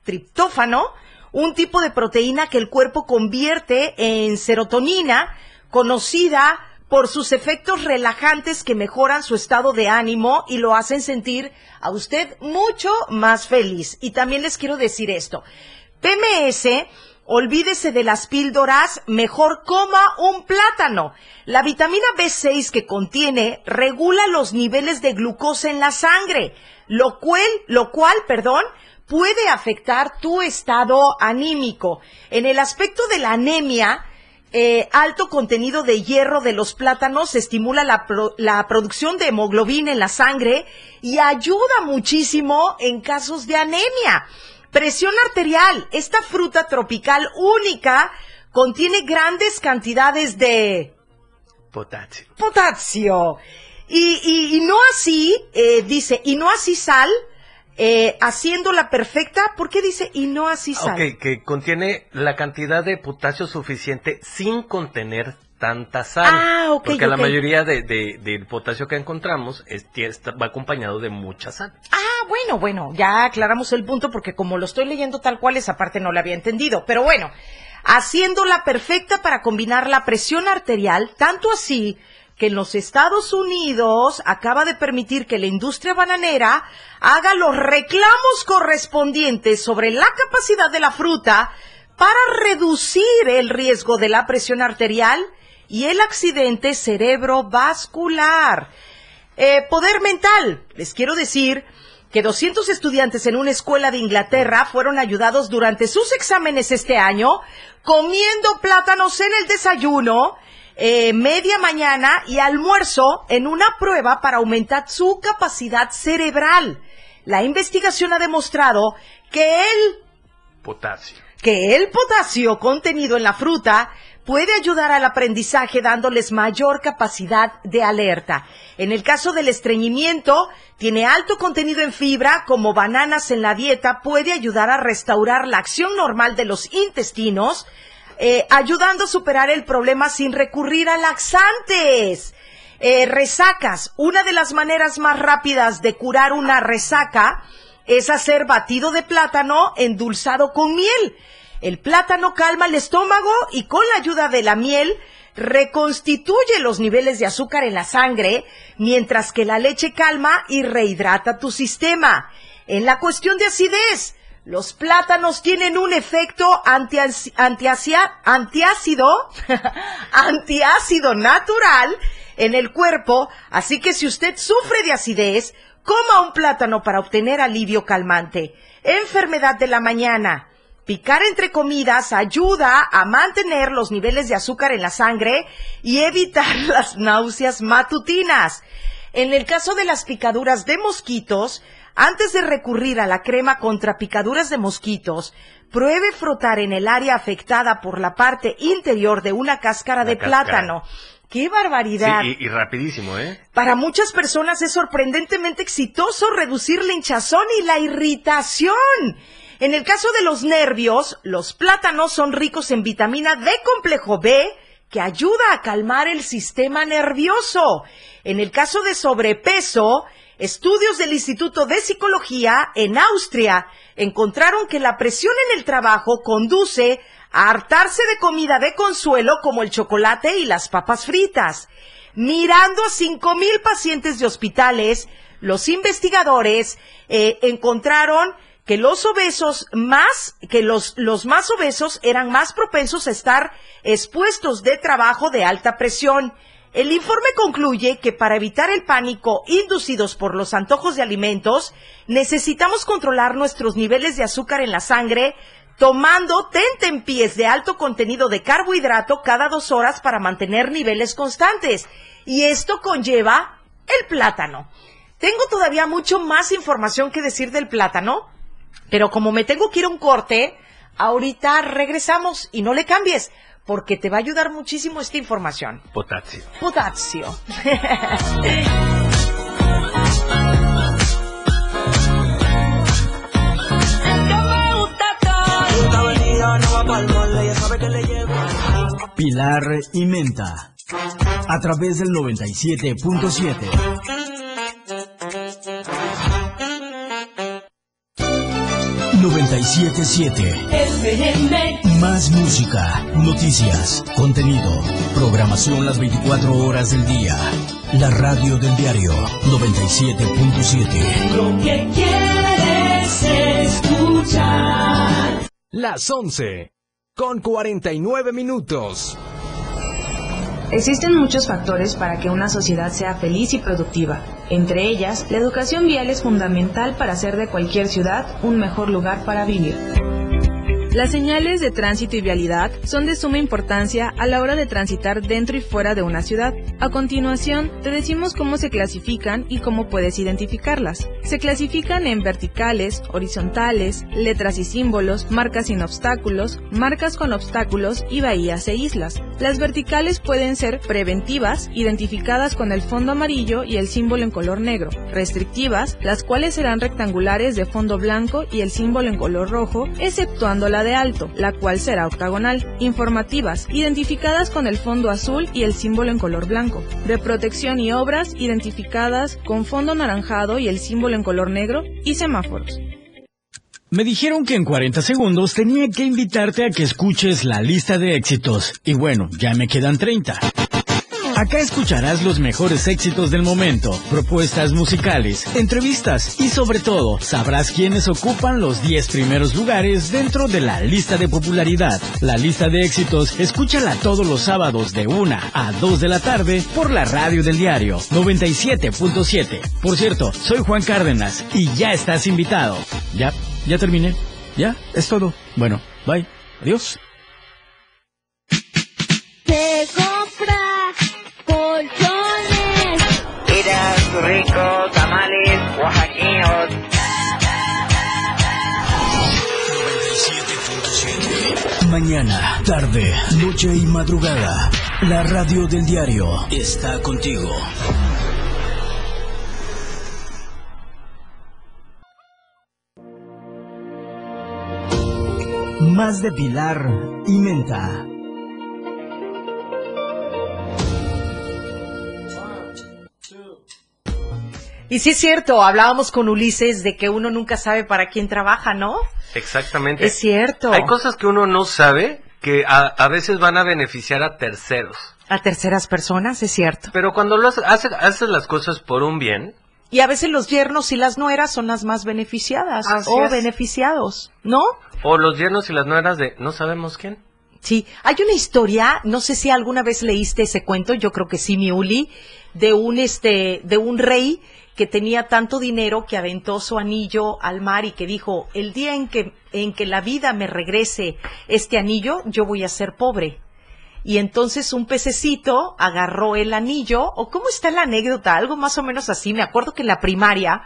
un tipo de proteína que el cuerpo convierte en serotonina, conocida por sus efectos relajantes que mejoran su estado de ánimo y lo hacen sentir a usted mucho más feliz. Y también les quiero decir esto, PMS, olvídese de las píldoras, mejor coma un plátano. La vitamina B6 que contiene regula los niveles de glucosa en la sangre, lo cual, puede afectar tu estado anímico. En el aspecto de la anemia, alto contenido de hierro de los plátanos estimula la producción de hemoglobina en la sangre y ayuda muchísimo en casos de anemia. Presión arterial. Esta fruta tropical única contiene grandes cantidades de potasio. Y no así, dice, y no así sal, haciéndola perfecta. ¿Por qué dice y no así sal? Ok, que contiene la cantidad de potasio suficiente sin contener tanta sal. Porque la mayoría del potasio que encontramos va acompañado de mucha sal. Bueno, ya aclaramos el punto porque como lo estoy leyendo tal cual, esa parte no la había entendido. Pero bueno, haciéndola perfecta para combinar la presión arterial, tanto así que en los Estados Unidos acaba de permitir que la industria bananera haga los reclamos correspondientes sobre la capacidad de la fruta para reducir el riesgo de la presión arterial y el accidente cerebrovascular. Poder mental. Les quiero decir que 200 estudiantes en una escuela de Inglaterra fueron ayudados durante sus exámenes este año comiendo plátanos en el desayuno, media mañana y almuerzo en una prueba para aumentar su capacidad cerebral. La investigación ha demostrado que el potasio contenido en la fruta puede ayudar al aprendizaje dándoles mayor capacidad de alerta. En el caso del estreñimiento, tiene alto contenido en fibra, como bananas en la dieta, puede ayudar a restaurar la acción normal de los intestinos, ayudando a superar el problema sin recurrir a laxantes. Resacas. Una de las maneras más rápidas de curar una resaca es hacer batido de plátano endulzado con miel. El plátano calma el estómago y con la ayuda de la miel reconstituye los niveles de azúcar en la sangre, mientras que la leche calma y rehidrata tu sistema. En la cuestión de acidez, los plátanos tienen un efecto antiácido natural en el cuerpo, así que si usted sufre de acidez, coma un plátano para obtener alivio calmante. Enfermedad de la mañana. Picar entre comidas ayuda a mantener los niveles de azúcar en la sangre y evitar las náuseas matutinas. En el caso de las picaduras de mosquitos, antes de recurrir a la crema contra picaduras de mosquitos, pruebe frotar en el área afectada por la parte interior de una cáscara de plátano. ¡Qué barbaridad! Sí, y rapidísimo, ¿eh? Para muchas personas es sorprendentemente exitoso reducir la hinchazón y la irritación. En el caso de los nervios, los plátanos son ricos en vitamina D complejo B, que ayuda a calmar el sistema nervioso. En el caso de sobrepeso, estudios del Instituto de Psicología en Austria encontraron que la presión en el trabajo conduce a hartarse de comida de consuelo como el chocolate y las papas fritas. Mirando a 5,000 pacientes de hospitales, los investigadores encontraron que los más obesos eran más propensos a estar expuestos de trabajo de alta presión. El informe concluye que para evitar el pánico inducidos por los antojos de alimentos, necesitamos controlar nuestros niveles de azúcar en la sangre, tomando tentempiés de alto contenido de carbohidrato cada 2 horas para mantener niveles constantes. Y esto conlleva el plátano. Tengo todavía mucho más información que decir del plátano, pero como me tengo que ir a un corte, ahorita regresamos y no le cambies, porque te va a ayudar muchísimo esta información. Potasio. Pilar y Menta, a través del 97.7. 97.7. 97.7. FM. Más música, noticias, contenido, programación las 24 horas del día. La radio del diario 97.7. Lo que quieres escuchar. Las 11 con 49 minutos. Existen muchos factores para que una sociedad sea feliz y productiva. Entre ellas, la educación vial es fundamental para hacer de cualquier ciudad un mejor lugar para vivir. Las señales de tránsito y vialidad son de suma importancia a la hora de transitar dentro y fuera de una ciudad. A continuación, te decimos cómo se clasifican y cómo puedes identificarlas. Se clasifican en verticales, horizontales, letras y símbolos, marcas sin obstáculos, marcas con obstáculos y bahías e islas. Las verticales pueden ser preventivas, identificadas con el fondo amarillo y el símbolo en color negro. Restrictivas, las cuales serán rectangulares de fondo blanco y el símbolo en color rojo, exceptuando la de alto, la cual será octagonal. Informativas, identificadas con el fondo azul y el símbolo en color blanco. De protección y obras, identificadas con fondo anaranjado y el símbolo en color negro. Y semáforos. Me dijeron que en 40 segundos tenía que invitarte a que escuches la lista de éxitos. Y bueno, ya me quedan 30. Acá escucharás los mejores éxitos del momento, propuestas musicales, entrevistas y sobre todo, sabrás quiénes ocupan los 10 primeros lugares dentro de la lista de popularidad. La lista de éxitos, escúchala todos los sábados de 1 a 2 de la tarde por la radio del diario 97.7. Por cierto, soy Juan Cárdenas y ya estás invitado. Ya terminé. Ya, es todo. Bueno, bye. Adiós. Se compra colchones. Mira sus ricos tamales oaxaqueños. 97.7. Mañana, tarde, noche y madrugada. La radio del diario está contigo. Más de Pilar y Menta. Y sí es cierto, hablábamos con Ulises de que uno nunca sabe para quién trabaja, ¿no? Exactamente. Es cierto. Hay cosas que uno no sabe que a veces van a beneficiar a terceros. A terceras personas, es cierto. Pero cuando haces las cosas por un bien... Y a veces los yernos y las nueras son las más beneficiadas o beneficiados, ¿no? O los yernos y las nueras de no sabemos quién. Sí, hay una historia, no sé si alguna vez leíste ese cuento, yo creo que sí, mi Uli, de un rey que tenía tanto dinero que aventó su anillo al mar y que dijo, el día en que la vida me regrese este anillo, yo voy a ser pobre. Y entonces un pececito agarró el anillo, o cómo está la anécdota, algo más o menos así. Me acuerdo que en la primaria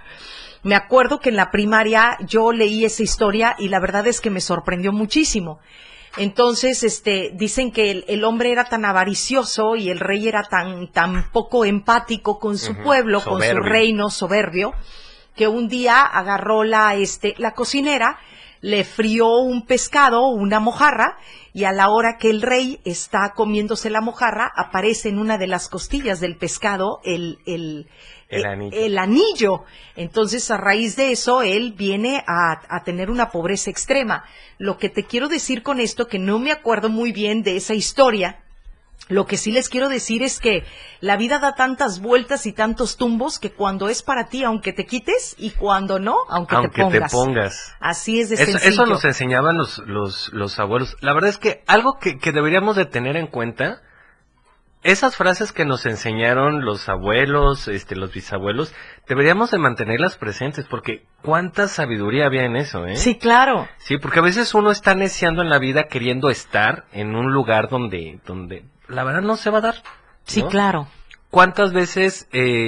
yo leí esa historia y la verdad es que me sorprendió muchísimo. Entonces, dicen que el hombre era tan avaricioso y el rey era tan poco empático con su pueblo, soberbio. Con su reino soberbio, que un día agarró la cocinera, le frió un pescado, una mojarra, y a la hora que el rey está comiéndose la mojarra, aparece en una de las costillas del pescado el anillo. Entonces, a raíz de eso, él viene a tener una pobreza extrema. Lo que te quiero decir con esto, que no me acuerdo muy bien de esa historia, lo que sí les quiero decir es que la vida da tantas vueltas y tantos tumbos que cuando es para ti, aunque te quites, y cuando no, aunque te pongas. Así es de sencillo. Eso nos enseñaban los abuelos. La verdad es que algo que deberíamos de tener en cuenta, esas frases que nos enseñaron los abuelos, los bisabuelos, deberíamos de mantenerlas presentes, porque cuánta sabiduría había en eso, ¿eh? Sí, claro. Sí, porque a veces uno está neciando en la vida queriendo estar en un lugar donde la verdad no se va a dar, ¿no? Sí, claro. ¿Cuántas veces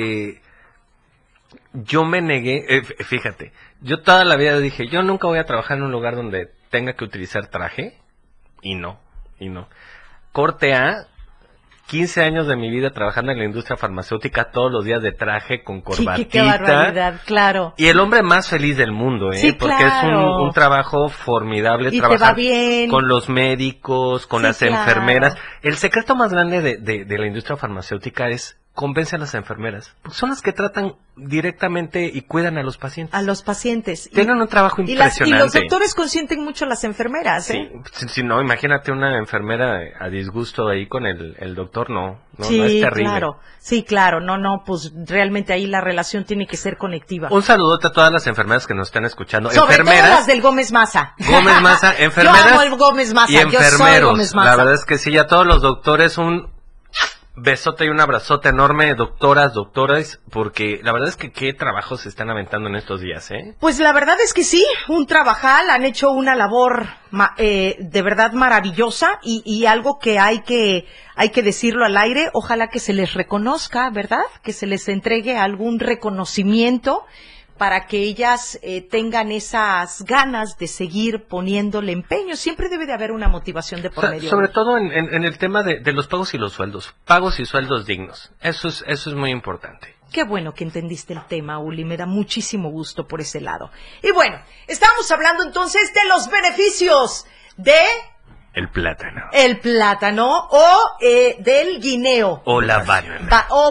yo me negué? Fíjate, yo toda la vida dije, yo nunca voy a trabajar en un lugar donde tenga que utilizar traje, y no. Corte A, 15 años de mi vida trabajando en la industria farmacéutica, todos los días de traje, con corbatita. Sí, qué barbaridad, claro. Y el hombre más feliz del mundo, Sí, porque claro. es un trabajo formidable. Y trabajar te va bien. con los médicos, con Sí, las claro. enfermeras. El secreto más grande de la industria farmacéutica es convence a las enfermeras? Porque son las que tratan directamente y cuidan a los pacientes. A los pacientes. Tienen un trabajo impresionante. Y los doctores consienten mucho a las enfermeras, ¿eh? Sí, si no, imagínate una enfermera a disgusto ahí con el doctor, no sí, es terrible. Claro. Sí, claro, pues realmente ahí la relación tiene que ser conectiva. Un saludote a todas las enfermeras que nos están escuchando. Sobre enfermeras, todo las del Gómez Maza. Gómez Maza, enfermeras. Yo amo el Gómez Maza, y enfermeros. yo soy Gómez Maza. La verdad es que sí, a todos los doctores un besote y un abrazote enorme, doctoras, porque la verdad es que qué trabajos se están aventando en estos días, ¿eh? Pues la verdad es que sí, un trabajal, han hecho una labor de verdad maravillosa y algo que hay que decirlo al aire, ojalá que se les reconozca, ¿verdad? Que se les entregue algún reconocimiento para que ellas tengan esas ganas de seguir poniéndole empeño. Siempre debe de haber una motivación de por medio. Sobre todo en el tema de los pagos y los sueldos. Pagos y sueldos dignos. Eso es muy importante. Qué bueno que entendiste el tema, Uli. Me da muchísimo gusto por ese lado. Y bueno, estamos hablando entonces de los beneficios de... El plátano. El plátano o del guineo. O la banana.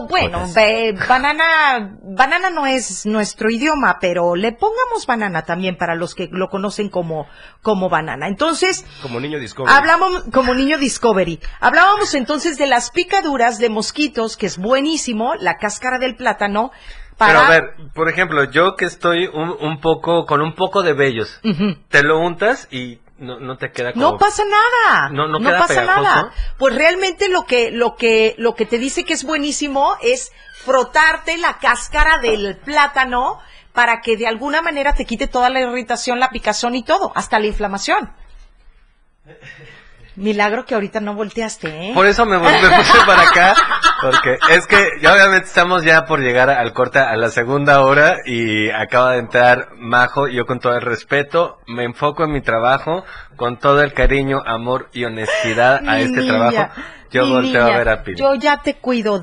Banana no es nuestro idioma, pero le pongamos banana también para los que lo conocen como banana. Entonces, como niño Discovery. Hablábamos entonces de las picaduras de mosquitos, que es buenísimo, la cáscara del plátano. Pero a ver, por ejemplo, yo que estoy con un poco de vellos, te lo untas y no te queda como... No pasa nada. No queda pasa pegajoso. nada. Pues realmente lo que te dice que es buenísimo es frotarte la cáscara del plátano para que de alguna manera te quite toda la irritación, la picazón y todo, hasta la inflamación. Milagro que ahorita no volteaste, ¿eh? Por eso me puse para acá, porque es que ya obviamente estamos ya por llegar al corte a la segunda hora y acaba de entrar Majo. Yo con todo el respeto me enfoco en mi trabajo, con todo el cariño, amor y honestidad a este trabajo. Yo volteo a ver a Pili. Yo ya te cuido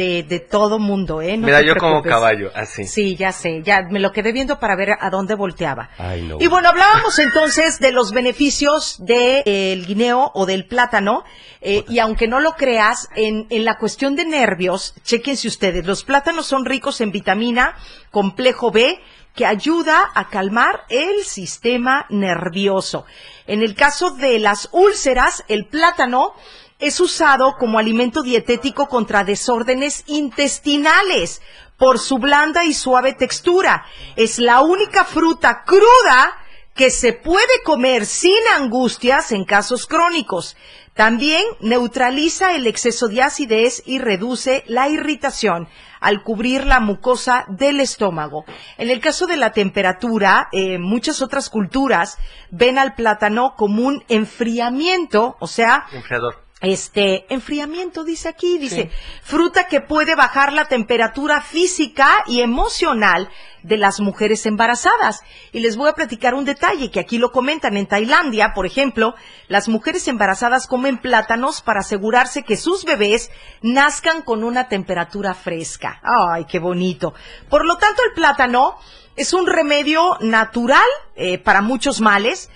de todo mundo, ¿eh? No Mira, te yo preocupes. como caballo, así. Sí, ya sé, ya me lo quedé viendo para ver a dónde volteaba. Ay, no. Y bueno, hablábamos entonces de los beneficios del guineo o del plátano, y aunque no lo creas, en la cuestión de nervios, chéquense ustedes, los plátanos son ricos en vitamina complejo B, que ayuda a calmar el sistema nervioso. En el caso de las úlceras, el plátano es usado como alimento dietético contra desórdenes intestinales por su blanda y suave textura. Es la única fruta cruda que se puede comer sin angustias en casos crónicos. También neutraliza el exceso de acidez y reduce la irritación al cubrir la mucosa del estómago. En el caso de la temperatura, muchas otras culturas ven al plátano como un enfriamiento, o sea... Enfriador. Enfriamiento, dice aquí, dice, fruta que puede bajar la temperatura física y emocional de las mujeres embarazadas. Y les voy a platicar un detalle que aquí lo comentan. En Tailandia, por ejemplo, las mujeres embarazadas comen plátanos para asegurarse que sus bebés nazcan con una temperatura fresca. ¡Ay, qué bonito! Por lo tanto, el plátano es un remedio natural para muchos males.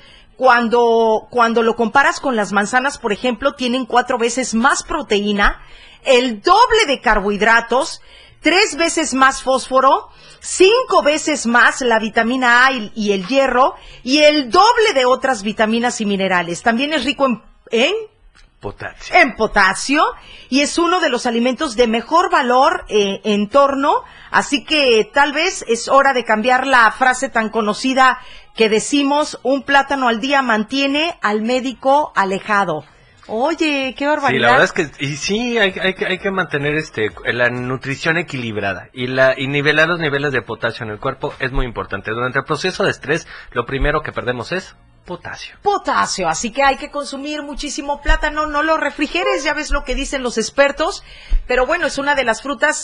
Cuando lo comparas con las manzanas, por ejemplo, tienen 4 veces más proteína, el doble de carbohidratos, 3 veces más fósforo, 5 veces más la vitamina A y el hierro, y el doble de otras vitaminas y minerales. También es rico en potasio, y es uno de los alimentos de mejor valor en torno, así que tal vez es hora de cambiar la frase tan conocida que decimos, un plátano al día mantiene al médico alejado. Oye, qué barbaridad. Sí, la verdad es que hay que mantener la nutrición equilibrada y nivelar los niveles de potasio en el cuerpo es muy importante. Durante el proceso de estrés, lo primero que perdemos es potasio, así que hay que consumir muchísimo plátano, no lo refrigeres, ya ves lo que dicen los expertos, pero bueno, es una de las frutas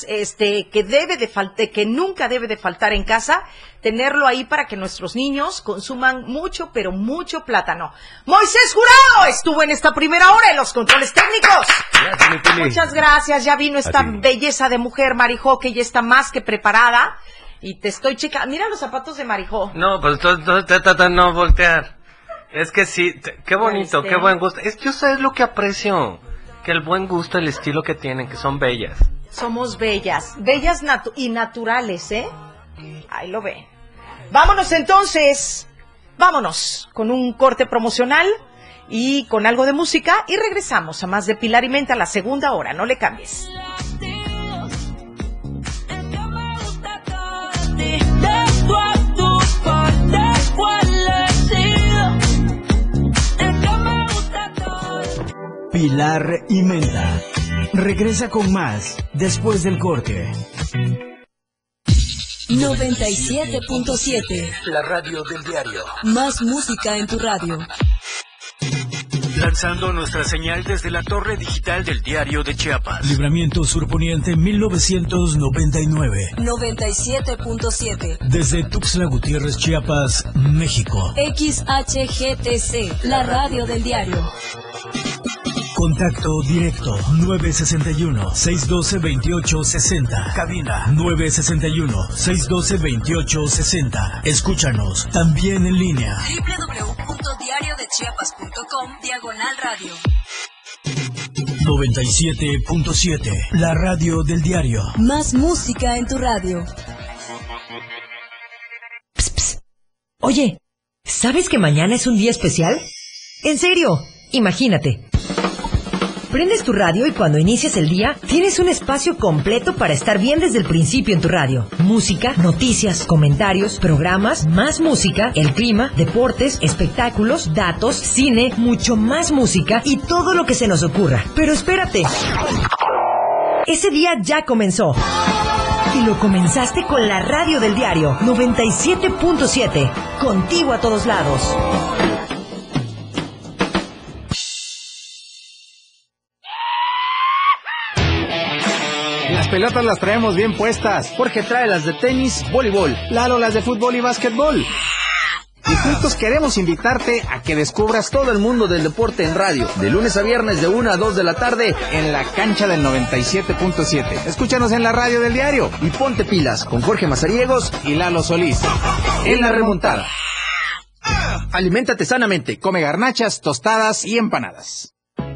que nunca debe de faltar en casa, tenerlo ahí para que nuestros niños consuman mucho, pero mucho plátano. Moisés Jurado estuvo en esta primera hora en los controles técnicos. Muchas gracias, ya vino esta belleza de mujer, Marijó, que ya está más que preparada, y te estoy checando, mira los zapatos de Marijó. No, pues entonces trata de no voltear. Es que sí, qué bonito, qué buen gusto. Yo sé lo que aprecio, que el buen gusto, el estilo que tienen, que son bellas. Somos bellas, y naturales, ¿eh? Ahí lo ven. Vámonos entonces, vámonos con un corte promocional y con algo de música y regresamos a más de Pilar y Menta a la segunda hora, no le cambies. Pilar y Menta regresa con más después del corte. 97.7. La radio del diario. Más música en tu radio. Lanzando nuestra señal desde la torre digital del Diario de Chiapas. Libramiento Surponiente 1999. 97.7. Desde Tuxtla Gutiérrez, Chiapas, México. XHGTC, la radio del diario. Contacto directo 961-612-2860. Cabina 961-612-2860. Escúchanos también en línea. www.diariodechiapas.com/radio. 97.7, la radio del diario. Más música en tu radio. Pss, pss. Oye, ¿sabes que mañana es un día especial? En serio, imagínate. Prendes tu radio y cuando inicias el día, tienes un espacio completo para estar bien desde el principio en tu radio. Música, noticias, comentarios, programas, más música, el clima, deportes, espectáculos, datos, cine, mucho más música y todo lo que se nos ocurra. Pero espérate. Ese día ya comenzó. Y lo comenzaste con la radio del diario 97.7. Contigo a todos lados. Las pelotas las traemos bien puestas. Jorge trae las de tenis, voleibol. Lalo las de fútbol y básquetbol. Y juntos queremos invitarte a que descubras todo el mundo del deporte en radio. De lunes a viernes de 1 a 2 de la tarde en la cancha del 97.7. Escúchanos en la radio del diario. Y ponte pilas con Jorge Mazariegos y Lalo Solís. En la remontada. Aliméntate sanamente. Come garnachas, tostadas y empanadas.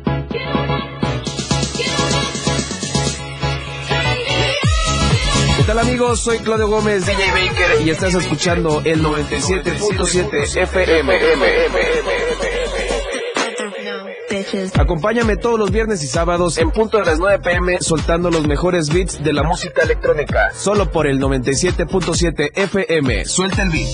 ¿Qué tal, amigos? Soy Claudio Gómez, DJ Baker, y estás escuchando el 97.7 FM. Acompáñame todos los viernes y sábados en punto de las 9 p.m. soltando los mejores beats de la música electrónica. Solo por el 97.7 FM. Suelta el beat.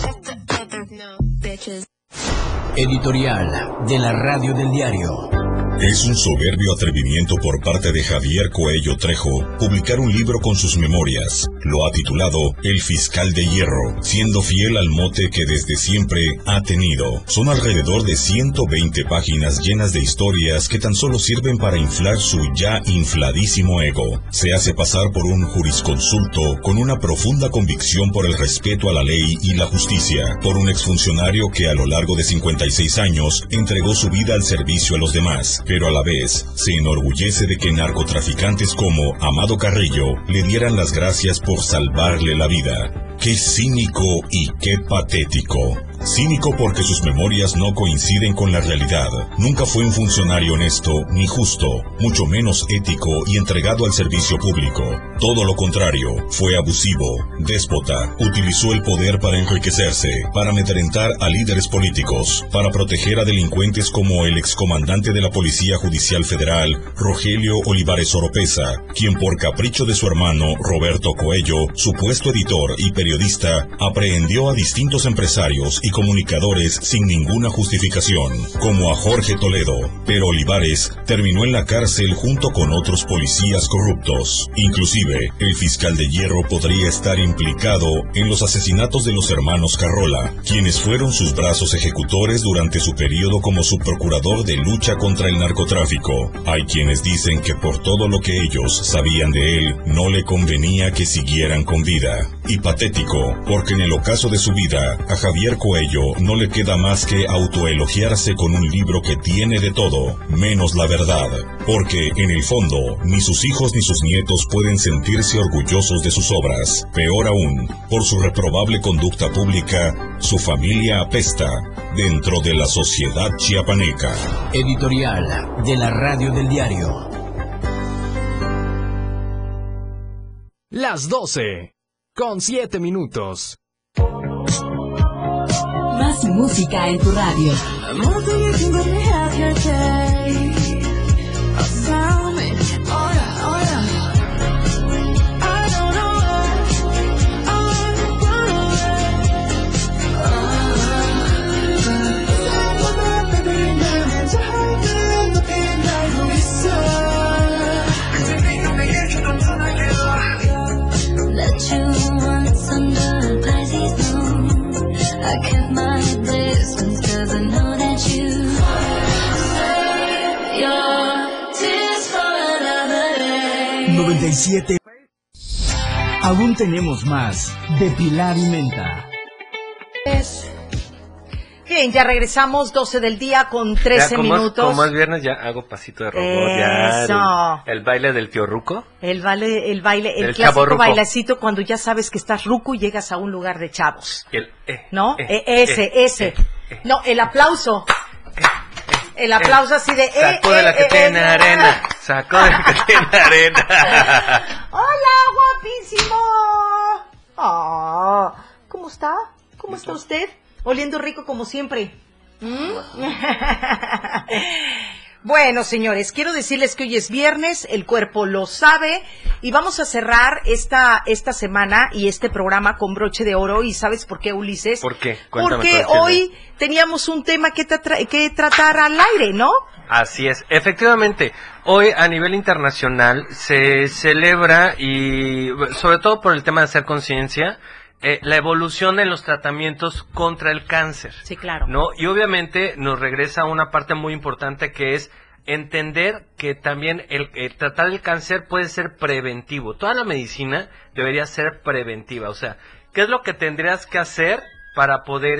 Editorial de la radio del diario. Es un soberbio atrevimiento por parte de Javier Coello Trejo publicar un libro con sus memorias. Lo ha titulado El Fiscal de Hierro, siendo fiel al mote que desde siempre ha tenido. Son alrededor de 120 páginas llenas de historias que tan solo sirven para inflar su ya infladísimo ego. Se hace pasar por un jurisconsulto con una profunda convicción por el respeto a la ley y la justicia, por un exfuncionario que a lo largo de 56 años entregó su vida al servicio a los demás, pero a la vez se enorgullece de que narcotraficantes como Amado Carrillo le dieran las gracias por salvarle la vida. ¡Qué cínico y qué patético! Cínico porque sus memorias no coinciden con la realidad. Nunca fue un funcionario honesto ni justo, mucho menos ético y entregado al servicio público. Todo lo contrario, fue abusivo, déspota, utilizó el poder para enriquecerse, para amedrentar a líderes políticos, para proteger a delincuentes como el excomandante de la Policía Judicial Federal, Rogelio Olivares Oropesa, quien por capricho de su hermano Roberto Coello, supuesto editor y periodista, aprehendió a distintos empresarios y comunicadores sin ninguna justificación, como a Jorge Toledo, pero Olivares terminó en la cárcel junto con otros policías corruptos. Inclusive, el fiscal de Hierro podría estar implicado en los asesinatos de los hermanos Carrola, quienes fueron sus brazos ejecutores durante su periodo como subprocurador de lucha contra el narcotráfico. Hay quienes dicen que por todo lo que ellos sabían de él, no le convenía que siguieran con vida. Y patético, porque en el ocaso de su vida, a Javier Coello no le queda más que autoelogiarse con un libro que tiene de todo, menos la verdad, porque en el fondo, ni sus hijos ni sus nietos pueden sentirse orgullosos de sus obras. Peor aún, por su reprobable conducta pública, su familia apesta dentro de la sociedad chiapaneca. Editorial de la radio del diario. Las 12:07. Más música en tu radio. I kept my distance 'cause I know that you save your tears for another day. 97. Aún tenemos más de Pilar y Menta. Bien, ya regresamos, 12 del día con 13 minutos. Como es viernes, ya hago pasito de robot. Eso. Ya el baile del tío Ruco. El clásico chavorruco. bailecito cuando ya sabes que estás ruco y llegas a un lugar de chavos. ¿No? Ese. No, el aplauso. El aplauso así de... Sacó de la que tiene arena. Sacó de la que tiene arena. ¡Hola, guapísimo! Oh, ¿cómo está? ¿Cómo está usted? Oliendo rico como siempre. Bueno, señores, quiero decirles que hoy es viernes, el cuerpo lo sabe, y vamos a cerrar esta semana y este programa con broche de oro. ¿Y sabes por qué, Ulises? ¿Por qué? Cuéntame. Porque hoy teníamos un tema que tratar al aire, ¿no? Así es, efectivamente, hoy a nivel internacional se celebra, y sobre todo por el tema de hacer conciencia, la evolución en los tratamientos contra el cáncer. Sí, claro. ¿No? Y obviamente nos regresa a una parte muy importante, que es entender que también el tratar el cáncer puede ser preventivo. Toda la medicina debería ser preventiva. O sea, ¿qué es lo que tendrías que hacer para poder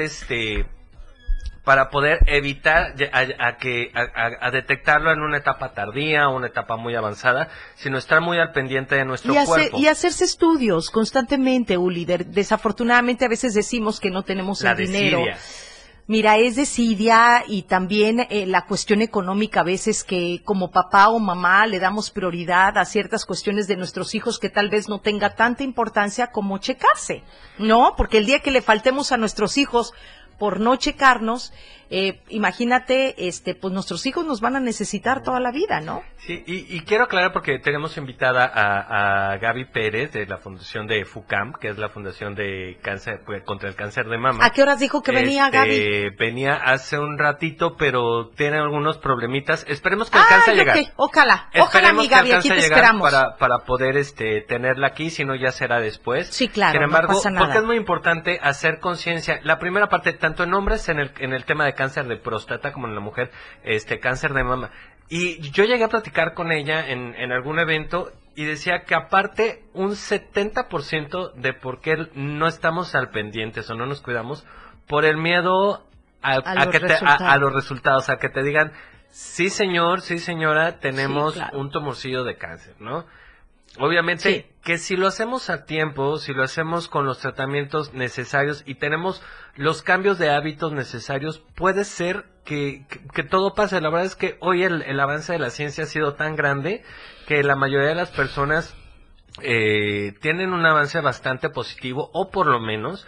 evitar a detectarlo en una etapa tardía, una etapa muy avanzada, sino estar muy al pendiente de nuestro cuerpo? Y hacerse estudios constantemente, Uli. Desafortunadamente a veces decimos que no tenemos el dinero. Desidia. Mira, es desidia, y también la cuestión económica a veces, que como papá o mamá le damos prioridad a ciertas cuestiones de nuestros hijos que tal vez no tenga tanta importancia como checarse, ¿no? Porque el día que le faltemos a nuestros hijos por no checarnos, imagínate, pues nuestros hijos nos van a necesitar toda la vida, ¿no? Sí, y quiero aclarar, porque tenemos invitada a Gaby Pérez, de la fundación de FUCAM, que es la fundación de cáncer contra el cáncer de mama. ¿A qué horas dijo que venía Gaby? Venía hace un ratito, pero tiene algunos problemitas. Esperemos que alcance a llegar. Okay. Ojalá, mi Gaby, aquí te esperamos. Para poder tenerla aquí, si no ya será después. Sí, claro, sin embargo, no pasa nada. porque es muy importante hacer conciencia. La primera parte, tanto en hombres, en el tema de cáncer de próstata, como en la mujer, cáncer de mama. Y yo llegué a platicar con ella en algún evento, y decía que aparte un 70% de por qué no estamos al pendientes o no nos cuidamos, por el miedo a los resultados, a que te digan, sí señor, sí señora, tenemos un tumorcillo de cáncer, ¿no? Obviamente que si lo hacemos a tiempo, si lo hacemos con los tratamientos necesarios y tenemos los cambios de hábitos necesarios, puede ser que todo pase. La verdad es que hoy el avance de la ciencia ha sido tan grande que la mayoría de las personas tienen un avance bastante positivo, o por lo menos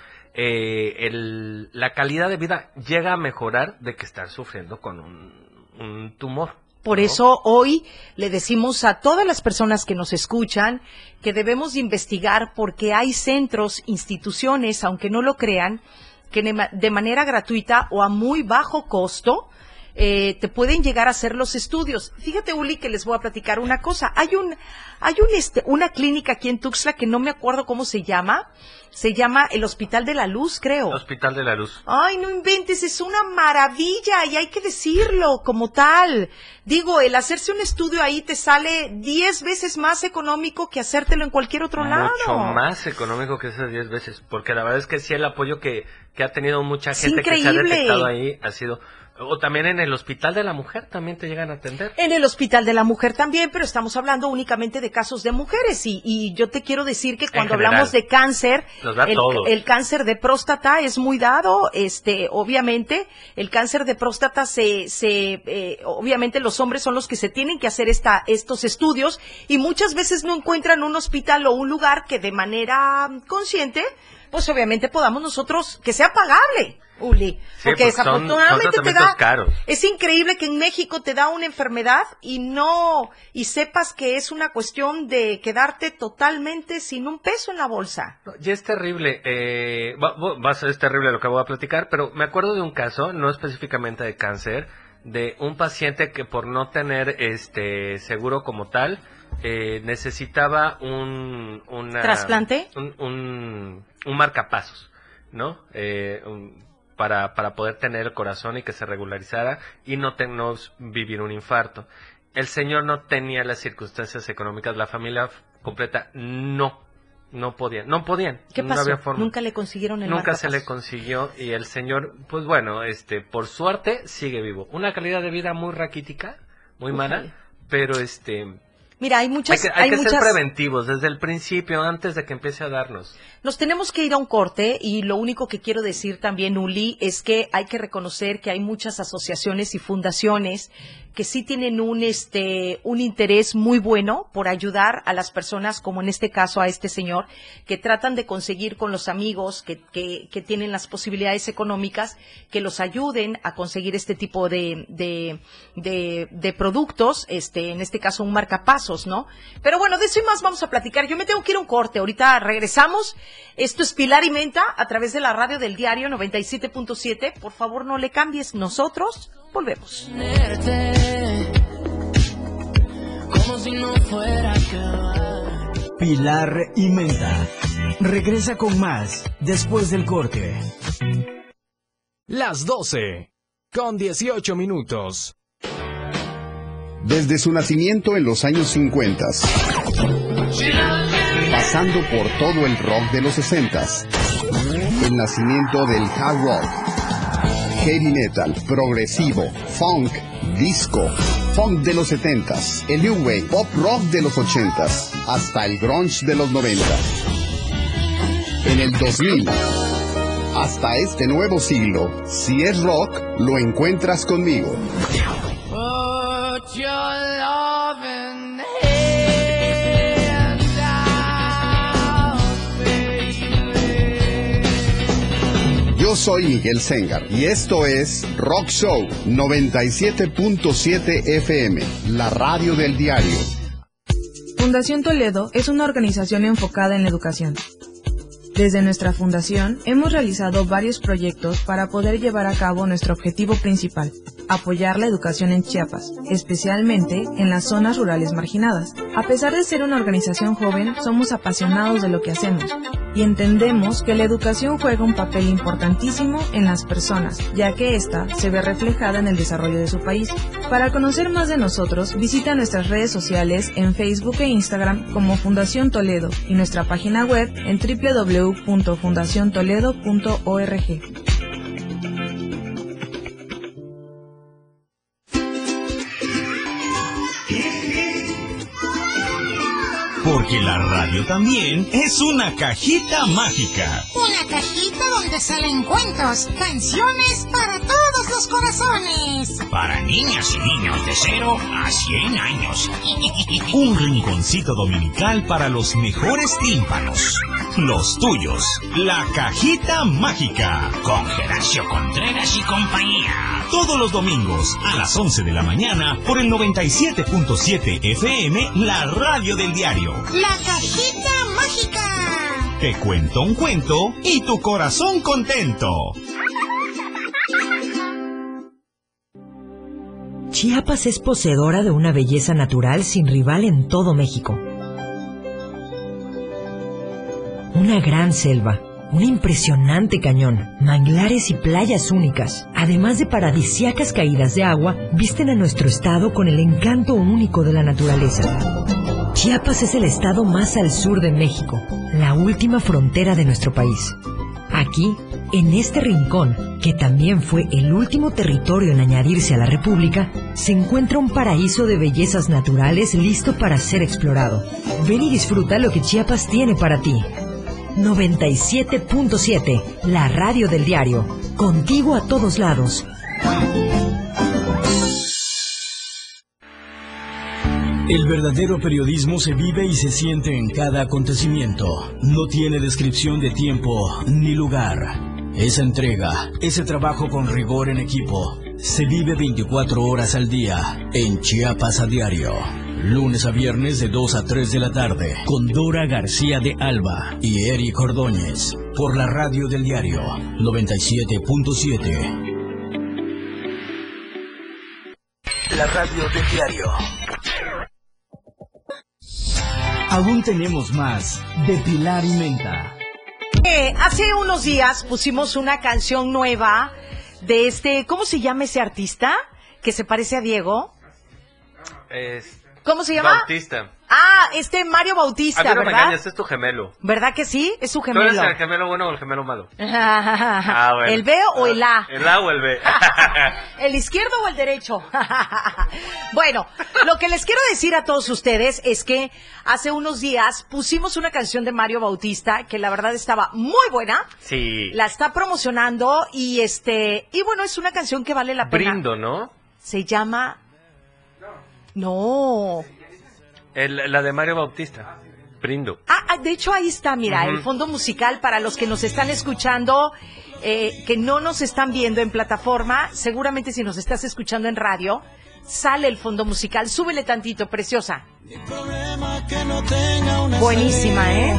la calidad de vida llega a mejorar de que estar sufriendo con un tumor. Por eso hoy le decimos a todas las personas que nos escuchan que debemos investigar, porque hay centros, instituciones, aunque no lo crean, que de manera gratuita o a muy bajo costo te pueden llegar a hacer los estudios. Fíjate, Uli, que les voy a platicar una cosa. Hay una clínica aquí en Tuxtla que no me acuerdo cómo se llama. Se llama el Hospital de la Luz, creo. Hospital de la Luz. Ay, no inventes, es una maravilla, y hay que decirlo como tal. Digo, el hacerse un estudio ahí te sale 10 veces más económico que hacértelo en cualquier otro lado. Mucho más económico que esas 10 veces, porque la verdad es que sí, el apoyo que ha tenido mucha gente que se ha detectado ahí ha sido... O también en el Hospital de la Mujer también te llegan a atender. En el Hospital de la Mujer también, pero estamos hablando únicamente de casos de mujeres y yo te quiero decir que cuando hablamos de cáncer, el cáncer de próstata es muy dado, obviamente, el cáncer de próstata obviamente los hombres son los que se tienen que hacer estos estudios y muchas veces no encuentran un hospital o un lugar que de manera consciente, pues obviamente podamos nosotros, que sea pagable. Uli, porque desafortunadamente son tratamientos caros. Es increíble que en México te da una enfermedad y sepas que es una cuestión de quedarte totalmente sin un peso en la bolsa. Y es terrible, es terrible lo que voy a platicar, pero me acuerdo de un caso, no específicamente de cáncer, de un paciente que por no tener seguro como tal, necesitaba un ¿trasplante? Un marcapasos, ¿no? Para poder tener el corazón y que se regularizara y no vivir un infarto. El señor no tenía las circunstancias económicas, la familia completa no podían. ¿Qué pasó? No había forma. Nunca le consiguieron el Nunca marcapasos. se le consiguió y el señor, pues bueno, por suerte sigue vivo. Una calidad de vida muy raquítica, muy mala, pero Mira, hay muchas... Hay que ser preventivos desde el principio, antes de que empiece a darnos. Nos tenemos que ir a un corte y lo único que quiero decir también, Uli, es que hay que reconocer que hay muchas asociaciones y fundaciones que sí tienen un interés muy bueno por ayudar a las personas, como en este caso a este señor, que tratan de conseguir con los amigos que tienen las posibilidades económicas, que los ayuden a conseguir este tipo de productos, en este caso un marcapasos, ¿no? Pero bueno, de eso y más vamos a platicar. Yo me tengo que ir a un corte, ahorita regresamos. Esto es Pilar y Menta a través de la radio del diario 97.7. Por favor, no le cambies, nosotros volvemos. Como si no fuera a acabar. Pilar y Menta. Regresa con más después del corte. Las 12 con 18 minutos. Desde su nacimiento en los años 50, pasando por todo el rock de los 60, el nacimiento del hard rock, heavy metal, progresivo, funk, disco, funk de los 70s, el new wave, pop rock de los 80s, hasta el grunge de los 90. En el 2000, hasta este nuevo siglo, si es rock, lo encuentras conmigo. Put your loving hand out, baby. Yo soy Miguel Sengar y esto es Rock Show 97.7 FM, la radio del diario. Fundación Toledo es una organización enfocada en la educación. Desde nuestra fundación hemos realizado varios proyectos para poder llevar a cabo nuestro objetivo principal, apoyar la educación en Chiapas, especialmente en las zonas rurales marginadas. A pesar de ser una organización joven, somos apasionados de lo que hacemos y entendemos que la educación juega un papel importantísimo en las personas, ya que ésta se ve reflejada en el desarrollo de su país. Para conocer más de nosotros, visita nuestras redes sociales en Facebook e Instagram como Fundación Toledo y nuestra página web en www.fundaciontoledo.org. Porque la radio también es una cajita mágica. Una cajita donde salen cuentos, canciones para todos los corazones. Para niñas y niños de 0 a 100 años. Un rinconcito dominical para los mejores tímpanos. Los tuyos. La cajita mágica. Con Gerancio Contreras y compañía. Todos los domingos a las 11 de la mañana por el 97.7 FM, la radio del diario. La cajita mágica. Te cuento un cuento y tu corazón contento. Chiapas es poseedora de una belleza natural sin rival en todo México. Una gran selva, un impresionante cañón, manglares y playas únicas, además de paradisíacas caídas de agua, visten a nuestro estado con el encanto único de la naturaleza. Chiapas es el estado más al sur de México, la última frontera de nuestro país. Aquí, en este rincón, que también fue el último territorio en añadirse a la República, se encuentra un paraíso de bellezas naturales listo para ser explorado. Ven y disfruta lo que Chiapas tiene para ti. 97.7, la radio del diario. Contigo a todos lados. El verdadero periodismo se vive y se siente en cada acontecimiento. No tiene descripción de tiempo ni lugar. Esa entrega, ese trabajo con rigor en equipo, se vive 24 horas al día en Chiapas a Diario. Lunes a viernes de 2 a 3 de la tarde, con Dora García de Alba y Eric Ordóñez, por la radio del diario 97.7. La radio del diario. Aún tenemos más de Pilar y Menta. Hace unos días pusimos una canción nueva de ¿cómo se llama ese artista? Que se parece a Diego. ¿Cómo se llama? Bautista. Mario Bautista, a mí no ¿verdad? me engañas, es tu gemelo. ¿Verdad que sí? Es su ¿Tú gemelo. eres el gemelo bueno o el gemelo malo? Bueno. ¿El B o el A? El A o el B. ¿El izquierdo o el derecho? Bueno, lo que les quiero decir a todos ustedes es que hace unos días pusimos una canción de Mario Bautista que la verdad estaba muy buena. Sí. La está promocionando y bueno, es una canción que vale la pena. Brindo, ¿no? Se llama... No. La de Mario Bautista. Brindo. De hecho ahí está, mira, el fondo musical para los que nos están escuchando, que no nos están viendo en plataforma, seguramente si nos estás escuchando en radio, sale el fondo musical, súbele tantito, preciosa. Buenísima, ¿eh?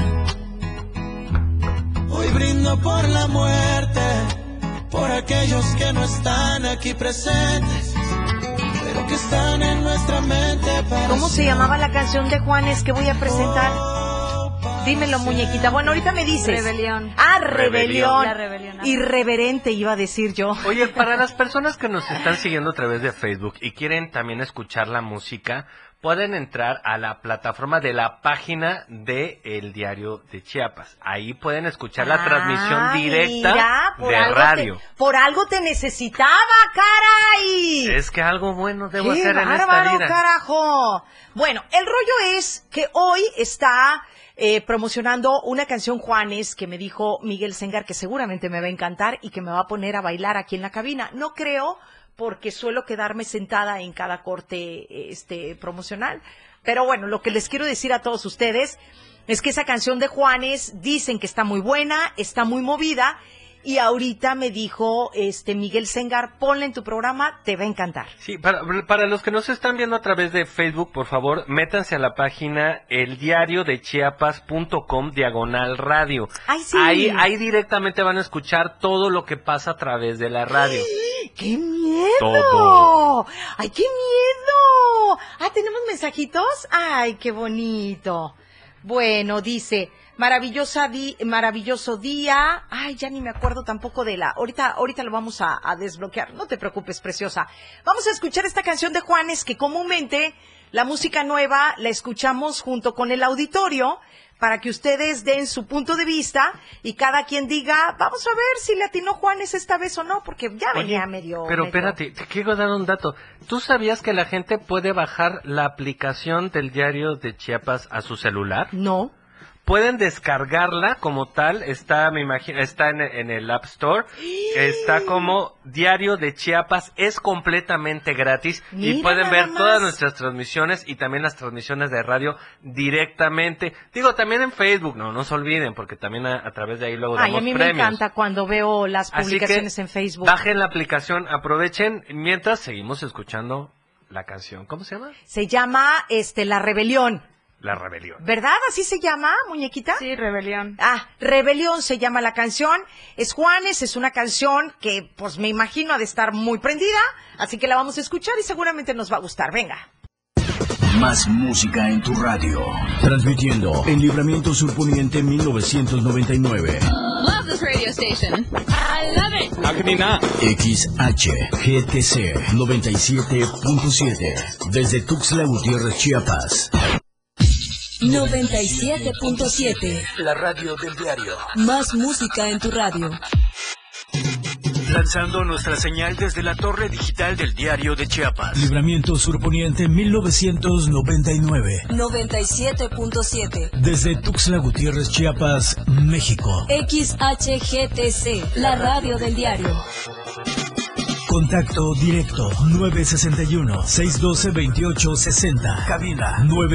Hoy brindo por la muerte, por aquellos que no están aquí presentes, pero que están en nuestra mente. ¿Cómo se llamaba la canción de Juanes que voy a presentar? Dímelo, muñequita. Bueno, ahorita me dices. Rebelión. Rebelión. La rebelión. Irreverente, iba a decir yo. Oye, para las personas que nos están siguiendo a través de Facebook y quieren también escuchar la música, pueden entrar a la plataforma de la página de El Diario de Chiapas. Ahí pueden escuchar la transmisión directa de radio. Por algo te necesitaba, caray. Es que algo bueno debo ¡Qué hacer en esta bárbaro, vida. Carajo! Bueno, el rollo es que hoy está promocionando una canción Juanes que me dijo Miguel Sengar que seguramente me va a encantar y que me va a poner a bailar aquí en la cabina. No creo, porque suelo quedarme sentada en cada corte promocional. Pero bueno, lo que les quiero decir a todos ustedes es que esa canción de Juanes dicen que está muy buena, está muy movida, y ahorita me dijo Miguel Sengar, ponla en tu programa, te va a encantar. Sí, para los que nos están viendo a través de Facebook, por favor, métanse a la página eldiariodechiapas.com/radio. ¡Ay, sí! Ahí directamente van a escuchar todo lo que pasa a través de la radio. ¡Qué miedo! Todo. ¡Ay, qué miedo! ¿Tenemos mensajitos? ¡Ay, qué bonito! Bueno, dice, maravilloso día. Ay, ya ni me acuerdo tampoco de ahorita lo vamos a desbloquear. No te preocupes, preciosa. Vamos a escuchar esta canción de Juanes, que comúnmente la música nueva la escuchamos junto con el auditorio, para que ustedes den su punto de vista y cada quien diga, vamos a ver si le atinó Juanes esta vez o no, porque ya venía medio... Pero espérate, te quiero dar un dato. ¿Tú sabías que la gente puede bajar la aplicación del Diario de Chiapas a su celular? No. Pueden descargarla como tal, está, me imagino, está en el App Store, está como Diario de Chiapas, es completamente gratis. Mira, y pueden ver nada todas más. nuestras transmisiones y también las transmisiones de radio directamente. Digo, también en Facebook, no se olviden, porque también a través de ahí luego damos a mí premios. me encanta cuando veo las Así publicaciones que en Facebook. Bajen la aplicación, aprovechen, mientras seguimos escuchando la canción. ¿Cómo se llama? Se llama La Rebelión. La Rebelión. ¿Verdad? ¿Así se llama, muñequita? Sí, Rebelión. Rebelión se llama la canción. Es Juanes, es una canción que, pues, me imagino ha de estar muy prendida. Así que la vamos a escuchar y seguramente nos va a gustar. Venga. Más música en tu radio. Transmitiendo en Libramiento Sur Poniente 1999. Love this radio station. I love it. XHGTC 97.7. Desde Tuxtla Gutiérrez, Chiapas. 97.7. La radio del diario. Más música en tu radio. Lanzando nuestra señal desde la torre digital del Diario de Chiapas. Libramiento Surponiente 1999. 97.7. Desde Tuxtla Gutiérrez, Chiapas, México. XHGTC, la radio del diario. Contacto directo 961-612-2860. Cabina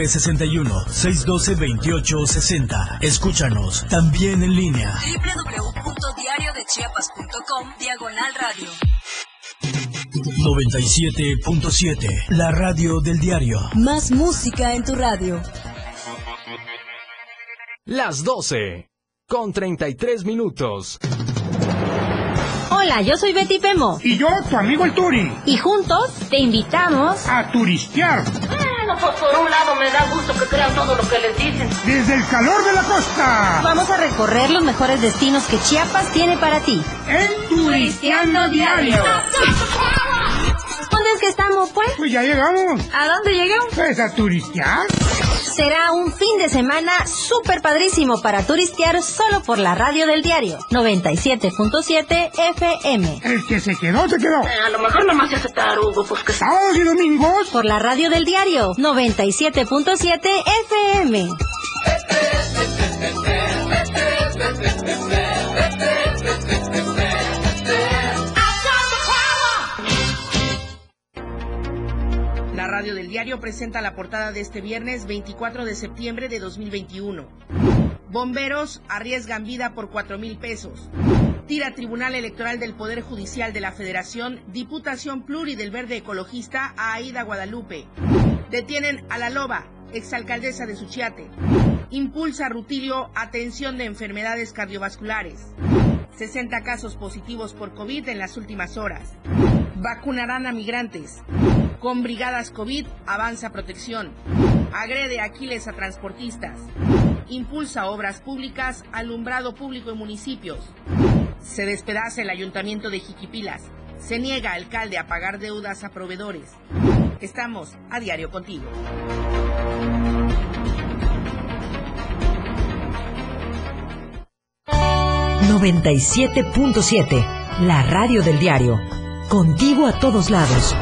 961-612-2860. Escúchanos también en línea. www.diariodechiapas.com/radio. 97.7, la radio del diario. Más música en tu radio. Las 12, con 33 minutos. Hola, yo soy Betty Pemo. Y yo, tu amigo el Turi. Y juntos te invitamos a turistear. Bueno, pues por un lado me da gusto que crean todo lo que les dicen. Desde el calor de la costa. Vamos a recorrer los mejores destinos que Chiapas tiene para ti. En Turisteando Diario. ¿Dónde es que estamos, pues? Pues ya llegamos. ¿A dónde llegamos? Pues a turistear. Será un fin de semana súper padrísimo para turistear solo por la radio del diario 97.7 FM. El que se quedó, se quedó. A lo mejor nomás se hace tarugo, pues que... Sábados y domingos. Por la radio del diario 97.7 FM. La radio del diario presenta la portada de este viernes 24 de septiembre de 2021. Bomberos arriesgan vida por 4,000 pesos. Tira Tribunal Electoral del Poder Judicial de la Federación Diputación Pluri del Verde Ecologista a Aida Guadalupe. Detienen a la Loba, exalcaldesa de Suchiate. Impulsa Rutilio atención de enfermedades cardiovasculares. 60 casos positivos por COVID en las últimas horas. Vacunarán a migrantes. Con brigadas COVID avanza protección. Agrede Aquiles a transportistas. Impulsa obras públicas, alumbrado público en municipios. Se despedaza el ayuntamiento de Jiquipilas. Se niega alcalde a pagar deudas a proveedores. Estamos a diario contigo. ...97.7... la radio del diario. Contigo a todos lados.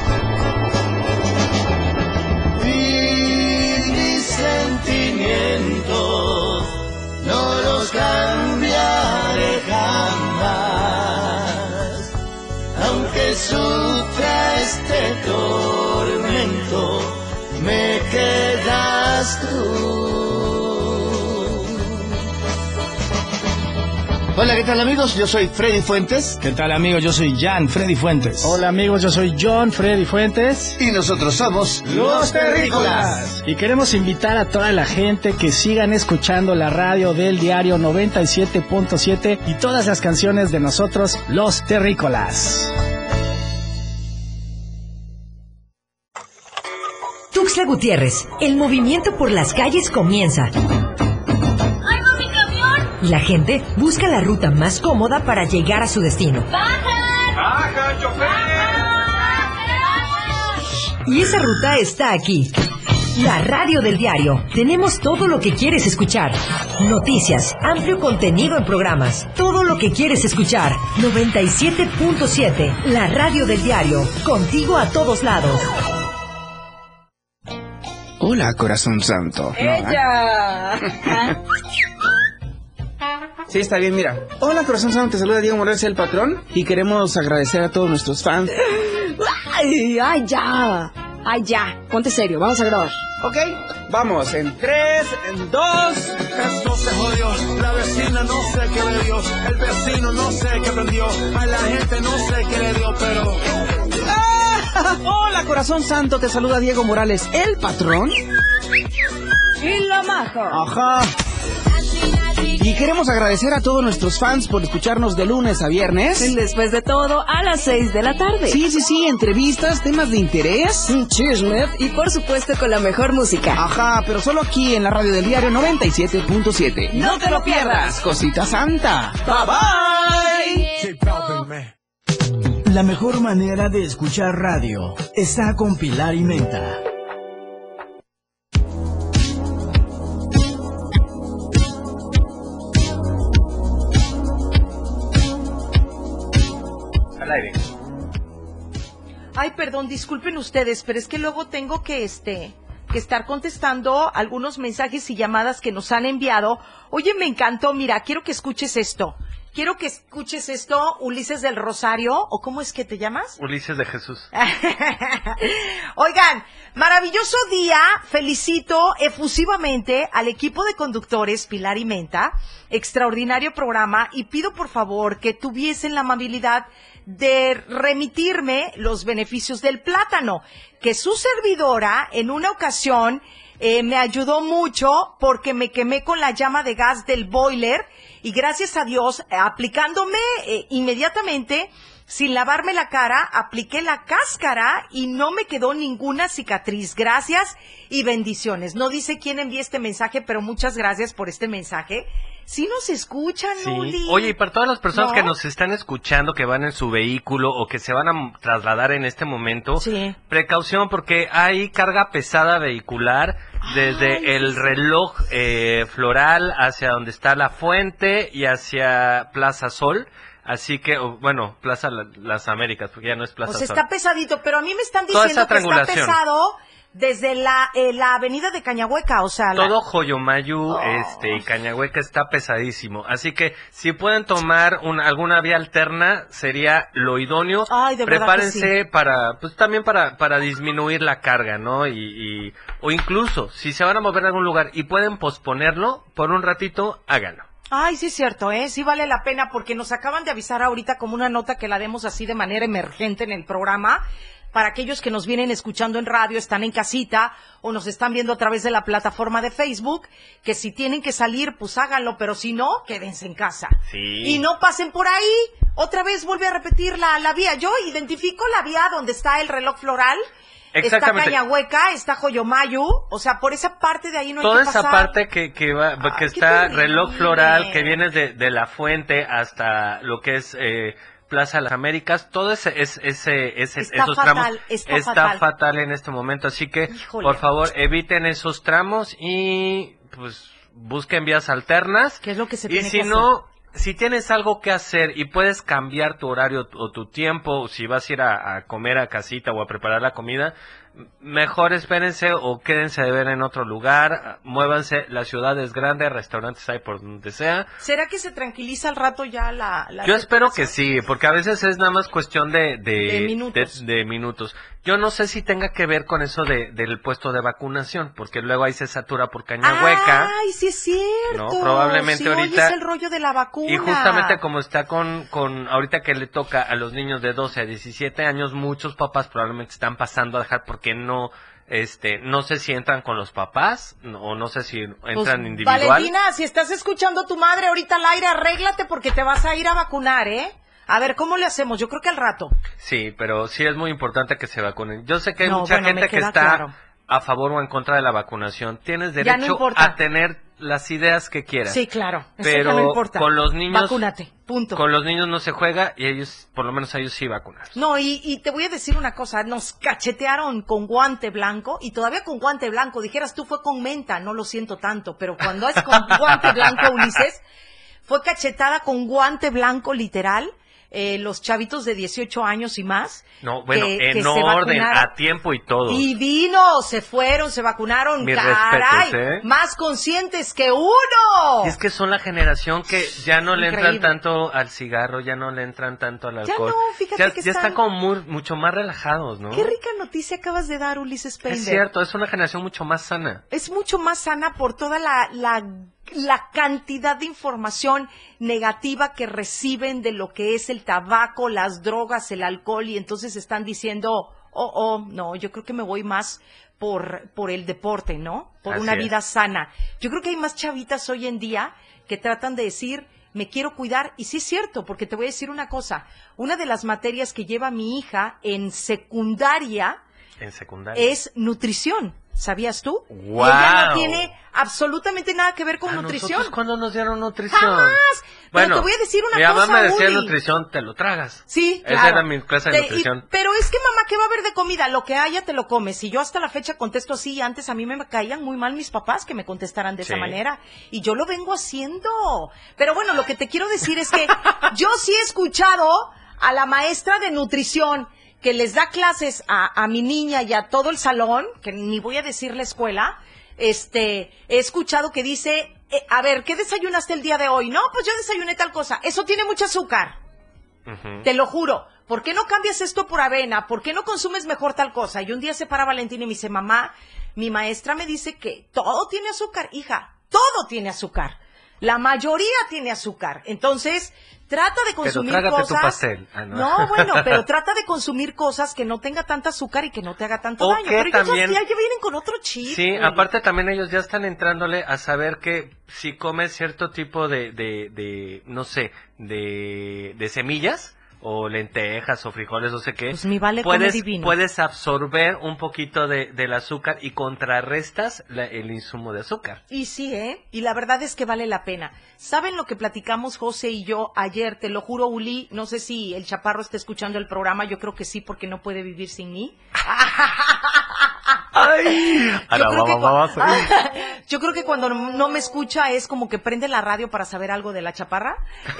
Mis sentimientos no los cambiaré jamás, aunque sufra este tormento, me quedas tú. Hola, ¿qué tal amigos? Yo soy Freddy Fuentes. ¿Qué tal amigos? Yo soy Jan Freddy Fuentes. Hola amigos, yo soy John Freddy Fuentes. Y nosotros somos Los Terrícolas. Y queremos invitar a toda la gente que sigan escuchando la radio del diario 97.7 y todas las canciones de nosotros, Los Terrícolas. Tuxtla Gutiérrez, el movimiento por las calles comienza. Y la gente busca la ruta más cómoda para llegar a su destino. ¡Baja, chofer! Y esa ruta está aquí. La radio del diario. Tenemos todo lo que quieres escuchar. Noticias, amplio contenido en programas. Todo lo que quieres escuchar. 97.7. La radio del diario. Contigo a todos lados. Hola, corazón santo. ¡Ella! Sí, está bien, mira. Hola, corazón santo, te saluda Diego Morales, el patrón. Y queremos agradecer a todos nuestros fans. ¡Ay, ya! ¡Ay, ya! Ponte serio, vamos a grabar. Ok, vamos, en 3, en 2... Esto se jodió, la vecina no sé qué le dio, el vecino no sé qué prendió, a la gente no sé qué le dio, pero... Hola, corazón santo, te saluda Diego Morales, el patrón. Y la maja. Ajá. Y queremos agradecer a todos nuestros fans por escucharnos de lunes a viernes. Después de todo, a las 6 de la tarde. Sí, entrevistas, temas de interés, chisme y por supuesto con la mejor música. Ajá, pero solo aquí en la radio del diario 97.7. ¡No te lo pierdas! Cosita santa. Bye bye. La mejor manera de escuchar radio está con Pilar y Menta. Al aire. Ay, perdón, disculpen ustedes, pero es que luego tengo que estar contestando algunos mensajes y llamadas que nos han enviado. Oye, me encantó, mira, quiero que escuches esto. Quiero que escuches esto, Ulises del Rosario, ¿o cómo es que te llamas? Ulises de Jesús. Oigan, maravilloso día, felicito efusivamente al equipo de conductores Pilar y Menta, extraordinario programa, y pido por favor que tuviesen la amabilidad de remitirme los beneficios del plátano, que su servidora en una ocasión me ayudó mucho porque me quemé con la llama de gas del boiler y gracias a Dios, aplicándome inmediatamente, sin lavarme la cara, apliqué la cáscara y no me quedó ninguna cicatriz. Gracias y bendiciones. No dice quién envía este mensaje, pero muchas gracias por este mensaje. Sí nos escuchan, Sí. Uli. Oye, y para todas las personas ¿No? que nos están escuchando, que van en su vehículo o que se van a trasladar en este momento, precaución porque hay carga pesada vehicular desde el reloj floral hacia donde está la fuente y hacia Plaza Sol. Así que, bueno, Plaza Las Américas, porque ya no es Plaza O sea, Sol. está pesadito, pero a mí me están Toda diciendo esa que está triangulación. pesado desde la avenida de Cañahueca, o sea... Todo Joyomayu y Cañahueca está pesadísimo. Así que si pueden tomar alguna vía alterna, sería lo idóneo. Ay, de verdad Prepárense que sí. para disminuir la carga, ¿no? O incluso, si se van a mover a algún lugar y pueden posponerlo por un ratito, háganlo. Ay, sí es cierto, sí vale la pena porque nos acaban de avisar ahorita como una nota que la demos así de manera emergente en el programa. Para aquellos que nos vienen escuchando en radio, están en casita o nos están viendo a través de la plataforma de Facebook, que si tienen que salir, pues háganlo, pero si no, quédense en casa. Sí. Y no pasen por ahí. Otra vez vuelve a repetir la vía. Yo identifico la vía donde está el reloj floral. Está Exactamente. Cañahueca, está Joyomayu, o sea, por esa parte de ahí no hay Toda que pasar. esa parte que está terrible. reloj floral, que viene de la fuente hasta lo que es Plaza Las Américas, todo esos tramos está fatal en este momento, así que Híjole. por favor eviten esos tramos y pues busquen vías alternas. ¿Qué es lo que se Y tiene si que no, si tienes algo que hacer y puedes cambiar tu horario o tu tiempo, o si vas a ir a comer a casita o a preparar la comida, mejor espérense o quédense de ver en otro lugar, muévanse, la ciudad es grande, restaurantes hay por donde sea. ¿Será que se tranquiliza al rato ya la Yo espero que sí, porque a veces es nada más cuestión de minutos. de minutos. Yo no sé si tenga que ver con eso del puesto de vacunación, porque luego ahí se satura por Cañahueca. Ay, sí es cierto. No, probablemente sí, ahorita. Hoy es el rollo de la vacuna. Y justamente como está con ahorita que le toca a los niños de 12 a 17 años, muchos papás probablemente están pasando a dejar porque no sé si entran con los papás o no sé si entran individual. Valentina, si estás escuchando a tu madre ahorita al aire, arréglate porque te vas a ir a vacunar, ¿eh? A ver, ¿cómo le hacemos? Yo creo que al rato. Sí, pero sí es muy importante que se vacunen. Yo sé que hay mucha bueno, gente me que queda está claro. a favor o en contra de la vacunación. Tienes Ya no derecho importa. a tener las ideas que quieras. Sí, claro. Eso Pero ya no importa. con los niños, vacúnate, punto. Con los niños no se juega y ellos, por lo menos ellos sí vacunar. No, y te voy a decir una cosa, nos cachetearon con guante blanco, y todavía con guante blanco, dijeras tú fue con menta, no lo siento tanto, pero cuando es con guante blanco, Ulises, fue cachetada con guante blanco literal, los chavitos de 18 años y más. No, bueno, que en se orden, vacunaron. a tiempo y todo. Y vino, se fueron, se vacunaron, Mis caray, respetos, más conscientes que uno. Y es que son la generación que ya no le entran Increíble. tanto al cigarro, ya no le entran tanto al alcohol. no, fíjate que ya están como mucho más relajados, ¿no? Qué rica noticia acabas de dar, Ulises Pender. Es cierto, es una generación mucho más sana. Es mucho más sana por toda la cantidad de información negativa que reciben de lo que es el tabaco, las drogas, el alcohol, y entonces están diciendo, no, yo creo que me voy más por el deporte, ¿no? Por Así una es. vida sana. Yo creo que hay más chavitas hoy en día que tratan de decir, me quiero cuidar, y sí es cierto, porque te voy a decir una cosa, una de las materias que lleva mi hija en secundaria es nutrición. ¿Sabías tú? ¡Guau! Y ella no tiene absolutamente nada que ver con nutrición. ¿Nosotros cuándo nos dieron nutrición? ¡Jamás! Pero Bueno, te voy a decir una mi mamá cosa, me decía Uli. nutrición, te lo tragas. Sí, Esa claro. era mi clase de nutrición. Pero es que, mamá, ¿qué va a haber de comida? Lo que haya te lo comes. Y yo hasta la fecha contesto así. Y antes a mí me caían muy mal mis papás que me contestaran de esa Sí. manera. Y yo lo vengo haciendo. Pero bueno, lo que te quiero decir es que yo sí he escuchado a la maestra de nutrición que les da clases a mi niña y a todo el salón, que ni voy a decir la escuela, he escuchado que dice, a ver, ¿qué desayunaste el día de hoy? No, pues yo desayuné tal cosa. Eso tiene mucho azúcar. Te lo juro. ¿Por qué no cambias esto por avena? ¿Por qué no consumes mejor tal cosa? Y un día se para Valentina y me dice, mamá, mi maestra me dice que todo tiene azúcar. Hija, todo tiene azúcar. La mayoría tiene azúcar. Entonces, trata de consumir pero trágate cosas. Tu pastel. Ah, no. No, bueno, pero trata de consumir cosas que no tenga tanta azúcar y que no te haga tanto daño. Pero también, ellos ya vienen con otro chip. Sí, aparte también ellos ya están entrándole a saber que si comes cierto tipo no sé, de semillas o lentejas o frijoles, no sé qué, pues mi vale come divino. Puedes absorber un poquito del azúcar y contrarrestas el insumo de azúcar. Y sí, y la verdad es que vale la pena. ¿Saben lo que platicamos José y yo ayer? Te lo juro, Uli, no sé si el Chaparro está escuchando el programa, yo creo que sí, porque no puede vivir sin mí. Yo creo que cuando no me escucha es como que prende la radio para saber algo de la Chaparra.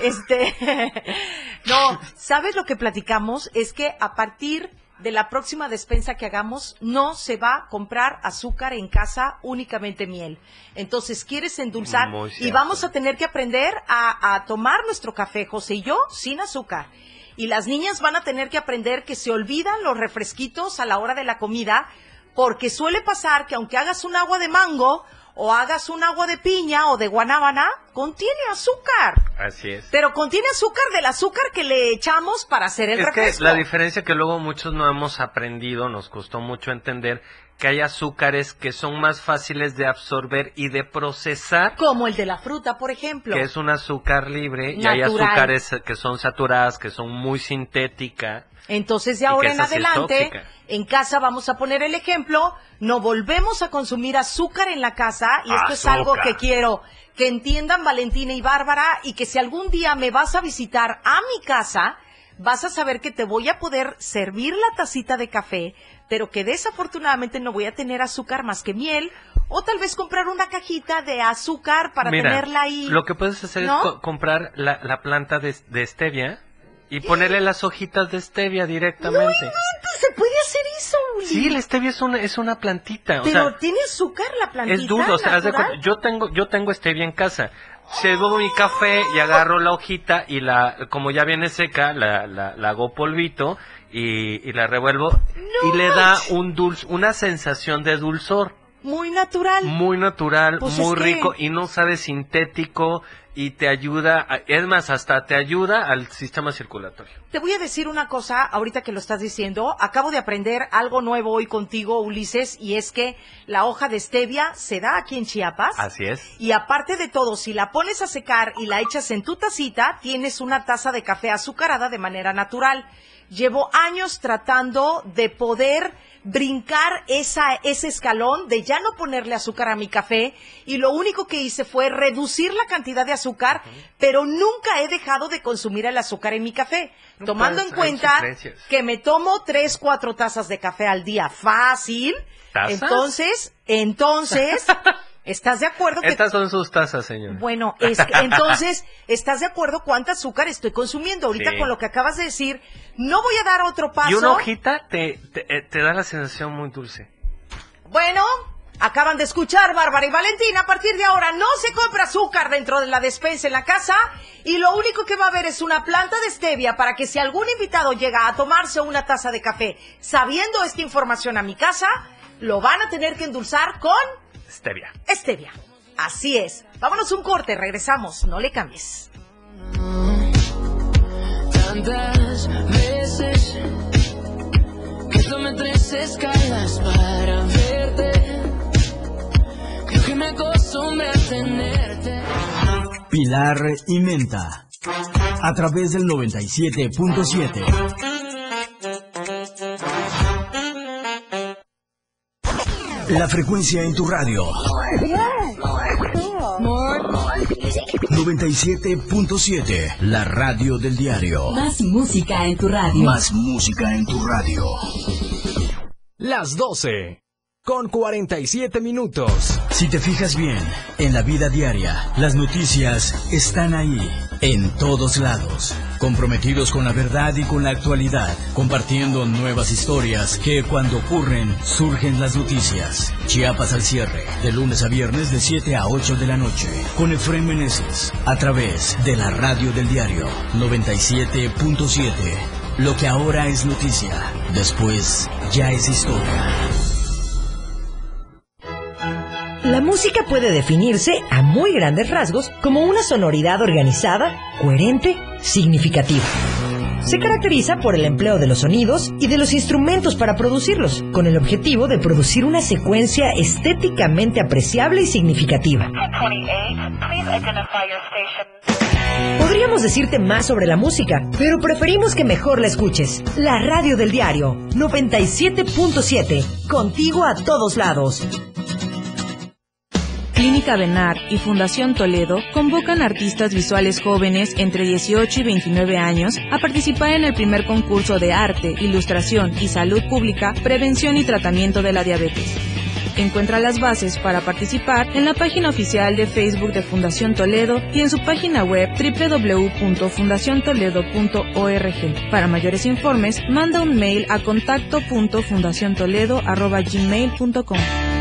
No, ¿sabes lo que platicamos? Es que a partir de la próxima despensa que hagamos, no se va a comprar azúcar en casa, únicamente miel. Entonces, ¿quieres endulzar? Y vamos a tener que aprender a tomar nuestro café, José y yo, sin azúcar. Y las niñas van a tener que aprender que se olvidan los refresquitos a la hora de la comida, porque suele pasar que aunque hagas un agua de mango o hagas un agua de piña o de guanábana, contiene azúcar. Así es. Pero contiene azúcar del azúcar que le echamos para hacer el refresco. Es que la diferencia que luego muchos no hemos aprendido, nos costó mucho entender, que hay azúcares que son más fáciles de absorber y de procesar. Como el de la fruta, por ejemplo. Que es un azúcar libre. Natural. Y hay azúcares que son saturadas, que son muy sintéticas. Entonces, de ahora en adelante, en casa vamos a poner el ejemplo, no volvemos a consumir azúcar en la casa, y esto es algo que quiero que entiendan Valentina y Bárbara, y que si algún día me vas a visitar a mi casa, vas a saber que te voy a poder servir la tacita de café, pero que desafortunadamente no voy a tener azúcar más que miel, o tal vez comprar una cajita de azúcar para tenerla ahí. Lo que puedes hacer es comprar la planta de stevia y ponerle las hojitas de stevia directamente. No, ¿se puede hacer eso, Uli? Sí, la stevia es una plantita. Pero o sea, tiene azúcar la plantita. Es dulce, o sea, haz de cuenta, yo tengo stevia en casa. Sirvo mi café y agarro la hojita y como ya viene seca, la hago polvito y la revuelvo y le da una sensación de dulzor. Muy natural. Muy natural, pues muy rico y no sabe sintético y te ayuda, es más, hasta te ayuda al sistema circulatorio. Te voy a decir una cosa, ahorita que lo estás diciendo, acabo de aprender algo nuevo hoy contigo, Ulises, y es que la hoja de stevia se da aquí en Chiapas. Así es. Y aparte de todo, si la pones a secar y la echas en tu tacita, tienes una taza de café azucarada de manera natural. Llevo años tratando de poder brincar ese escalón de ya no ponerle azúcar a mi café, y lo único que hice fue reducir la cantidad de azúcar, pero nunca he dejado de consumir el azúcar en mi café, tomando en cuenta que me tomo 3-4 tazas de café al día fácil. ¿Tazas? Entonces ¿estás de acuerdo? Estas son sus tazas, señor. Bueno, entonces, ¿estás de acuerdo cuánto azúcar estoy consumiendo? Ahorita con lo que acabas de decir, no voy a dar otro paso. Y una hojita te da la sensación muy dulce. Bueno, acaban de escuchar Bárbara y Valentina. A partir de ahora no se compra azúcar dentro de la despensa en la casa, y lo único que va a haber es una planta de stevia para que si algún invitado llega a tomarse una taza de café sabiendo esta información a mi casa, lo van a tener que endulzar con stevia. Stevia. Así es. Vámonos un corte, regresamos. No le cambies. Tantas veces que tomé 3 escalas para verte. Creo que me acostumbré a tenerte. Pilar y Menta. A través del 97.7. La frecuencia en tu radio. 97.7. La radio del diario. Más música en tu radio. Más música en tu radio. Las 12. Con 47 minutos. Si te fijas bien, en la vida diaria, las noticias están ahí, en todos lados. comprometidos con la verdad y con la actualidad, compartiendo nuevas historias que cuando ocurren surgen las noticias. Chiapas al cierre, de lunes a viernes de 7 a 8 de la noche, con Efraín Meneses, a través de la radio del diario 97.7. Lo que ahora es noticia, después ya es historia. La música puede definirse a muy grandes rasgos como una sonoridad organizada, coherente, significativa. Se caracteriza por el empleo de los sonidos y de los instrumentos para producirlos, con el objetivo de producir una secuencia estéticamente apreciable y significativa. Podríamos decirte más sobre la música, pero preferimos que mejor la escuches. La radio del diario 97.7, contigo a todos lados. Clínica Benar y Fundación Toledo convocan artistas visuales jóvenes entre 18 y 29 años a participar en el primer concurso de arte, ilustración y salud pública, prevención y tratamiento de la diabetes. Encuentra las bases para participar en la página oficial de Facebook de Fundación Toledo y en su página web www.fundaciontoledo.org. Para mayores informes, manda un mail a contacto.fundaciontoledo@gmail.com.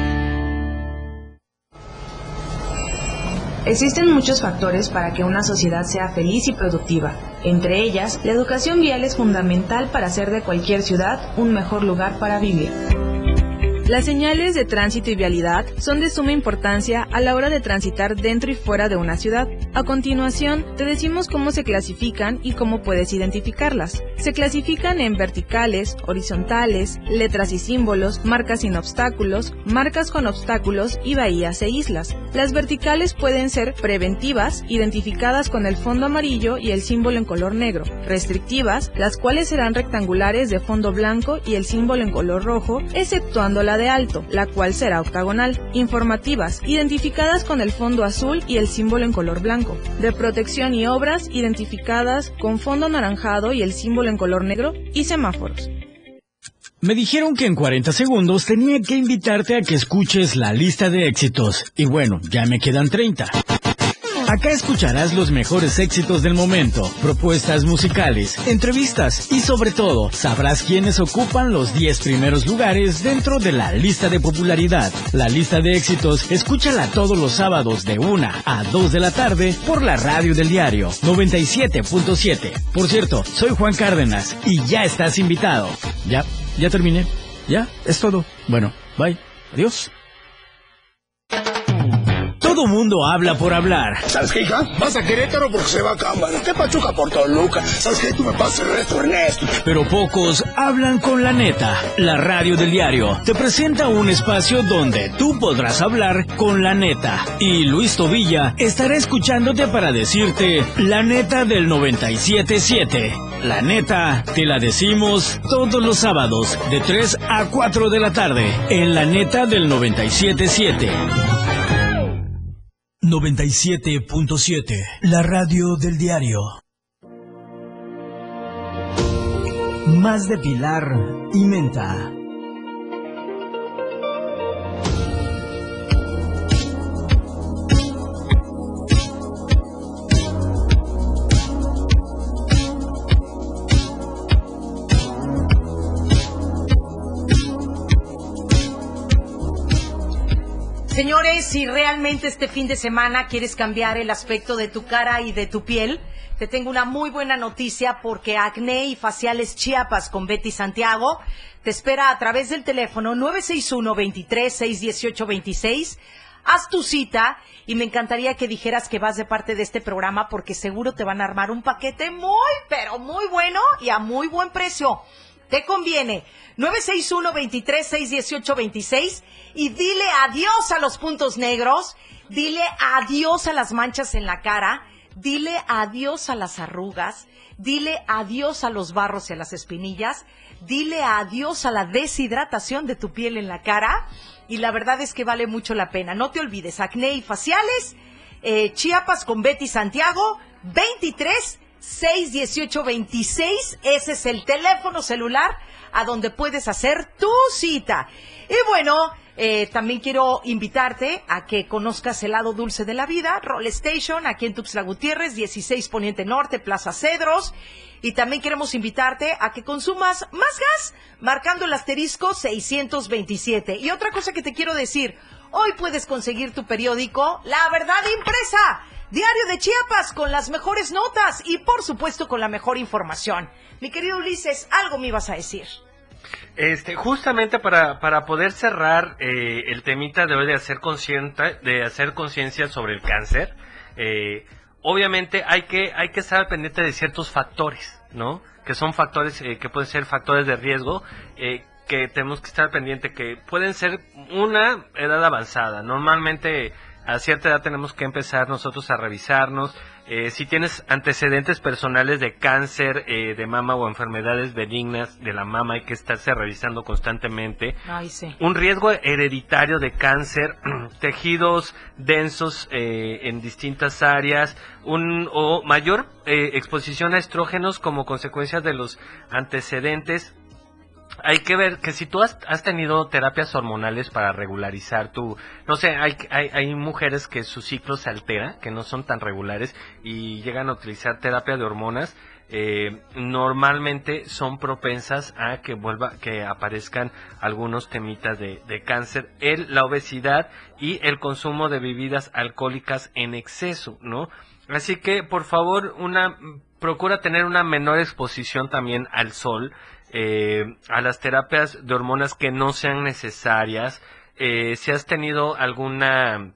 Existen muchos factores para que una sociedad sea feliz y productiva. Entre ellas, la educación vial es fundamental para hacer de cualquier ciudad un mejor lugar para vivir. Las señales de tránsito y vialidad son de suma importancia a la hora de transitar dentro y fuera de una ciudad. A continuación, te decimos cómo se clasifican y cómo puedes identificarlas. Se clasifican en verticales, horizontales, letras y símbolos, marcas sin obstáculos, marcas con obstáculos y bahías e islas. Las verticales pueden ser preventivas, identificadas con el fondo amarillo y el símbolo en color negro. Restrictivas, las cuales serán rectangulares de fondo blanco y el símbolo en color rojo, exceptuando la de alto, la cual será octagonal. Informativas, identificadas con el fondo azul y el símbolo en color blanco. De protección y obras, identificadas con fondo anaranjado y el símbolo en color negro. Y semáforos. Me dijeron que en 40 segundos tenía que invitarte a que escuches la lista de éxitos. Y bueno, ya me quedan 30. Acá escucharás los mejores éxitos del momento, propuestas musicales, entrevistas y sobre todo, sabrás quiénes ocupan los 10 primeros lugares dentro de la lista de popularidad. La lista de éxitos, escúchala todos los sábados de 1 a 2 de la tarde por la radio del diario 97.7. Por cierto, soy Juan Cárdenas y ya estás invitado. Ya terminé. Ya, es todo. Bueno, bye. Adiós. Todo mundo habla por hablar. ¿Sabes qué, hija? Vas a Querétaro porque se va a Cámara. ¿Qué Pachuca por Toluca? ¿Sabes qué? Tú me pasas el resto, Ernesto. Pero pocos hablan con la neta. La radio del diario te presenta un espacio donde tú podrás hablar con la neta. Y Luis Tobilla estará escuchándote para decirte la neta del 97.7. La neta te la decimos todos los sábados de 3 a 4 de la tarde en la neta del 97.7. 97.7, la radio del diario. Más de Pilar y Menta. Señores, si realmente este fin de semana quieres cambiar el aspecto de tu cara y de tu piel, te tengo una muy buena noticia porque Acné y Faciales Chiapas con Betty Santiago te espera a través del teléfono 961-23-618-26. Haz tu cita y me encantaría que dijeras que vas de parte de este programa porque seguro te van a armar un paquete muy, pero muy bueno y a muy buen precio. Te conviene. 961-23-618-26 y dile adiós a los puntos negros, dile adiós a las manchas en la cara, dile adiós a las arrugas, dile adiós a los barros y a las espinillas, dile adiós a la deshidratación de tu piel en la cara y la verdad es que vale mucho la pena. No te olvides, Acné y Faciales, Chiapas con Betty Santiago, 23-618-26, ese es el teléfono celular a donde puedes hacer tu cita. Y bueno, También quiero invitarte a que conozcas el lado dulce de la vida, Roll Station, aquí en Tuxtla Gutiérrez, 16 Poniente Norte, Plaza Cedros. Y también queremos invitarte a que consumas más gas, marcando el asterisco 627. Y otra cosa que te quiero decir, hoy puedes conseguir tu periódico La Verdad Impresa, Diario de Chiapas, con las mejores notas y por supuesto con la mejor información. Mi querido Ulises, algo me ibas a decir. Justamente para poder cerrar el temita de hoy de hacer conciencia sobre el cáncer, obviamente hay que estar pendiente de ciertos factores, ¿no? Que son factores que pueden ser factores de riesgo, que tenemos que estar pendiente, que pueden ser una edad avanzada. Normalmente a cierta edad tenemos que empezar nosotros a revisarnos. Si tienes antecedentes personales de cáncer de mama o enfermedades benignas de la mama, hay que estarse revisando constantemente. Ay, sí. Un riesgo hereditario de cáncer, tejidos densos en distintas áreas, o mayor exposición a estrógenos como consecuencia de los antecedentes. Hay que ver que si tú has tenido terapias hormonales para regularizar tu... No sé, hay mujeres que su ciclo se altera, que no son tan regulares y llegan a utilizar terapia de hormonas. Normalmente son propensas a que aparezcan algunos temitas de cáncer, la obesidad y el consumo de bebidas alcohólicas en exceso, ¿no? Así que, por favor, procura tener una menor exposición también al sol, a las terapias de hormonas que no sean necesarias. Si has tenido alguna,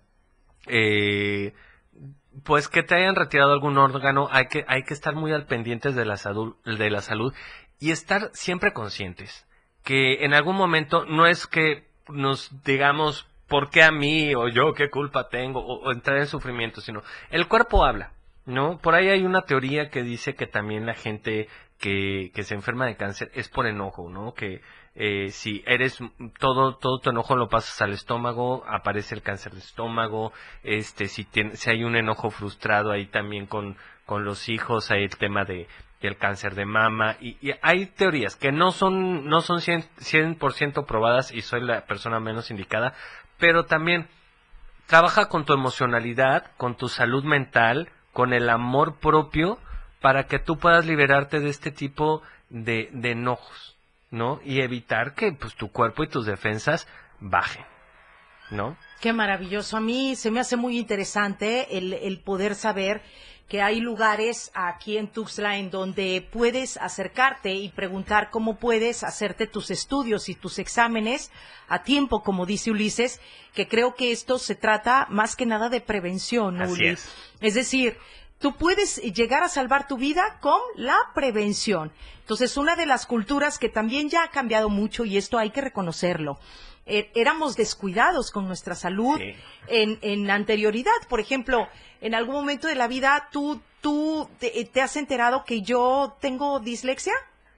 pues que te hayan retirado algún órgano, hay que estar muy al pendientes de la salud y estar siempre conscientes que en algún momento no es que nos digamos ¿por qué a mí? O yo, ¿qué culpa tengo? O entrar en sufrimiento, sino el cuerpo habla, ¿no? Por ahí hay una teoría que dice que también la gente que se enferma de cáncer es por enojo, ¿no? Que si eres todo tu enojo lo pasas al estómago, aparece el cáncer de estómago. Si hay un enojo frustrado ahí también con los hijos, hay el tema del cáncer de mama, y hay teorías que no son 100% probadas y soy la persona menos indicada, pero también trabaja con tu emocionalidad, con tu salud mental, con el amor propio, para que tú puedas liberarte de este tipo de enojos, ¿no? Y evitar que pues tu cuerpo y tus defensas bajen, ¿no? Qué maravilloso. A mí se me hace muy interesante el poder saber que hay lugares aquí en Tuxtla en donde puedes acercarte y preguntar cómo puedes hacerte tus estudios y tus exámenes a tiempo, como dice Ulises, que creo que esto se trata más que nada de prevención, Así Uli. Es decir, tú puedes llegar a salvar tu vida con la prevención. Entonces, una de las culturas que también ya ha cambiado mucho, y esto hay que reconocerlo, éramos descuidados con nuestra salud, sí, en anterioridad. Por ejemplo, en algún momento de la vida, ¿tú te has enterado que yo tengo dislexia?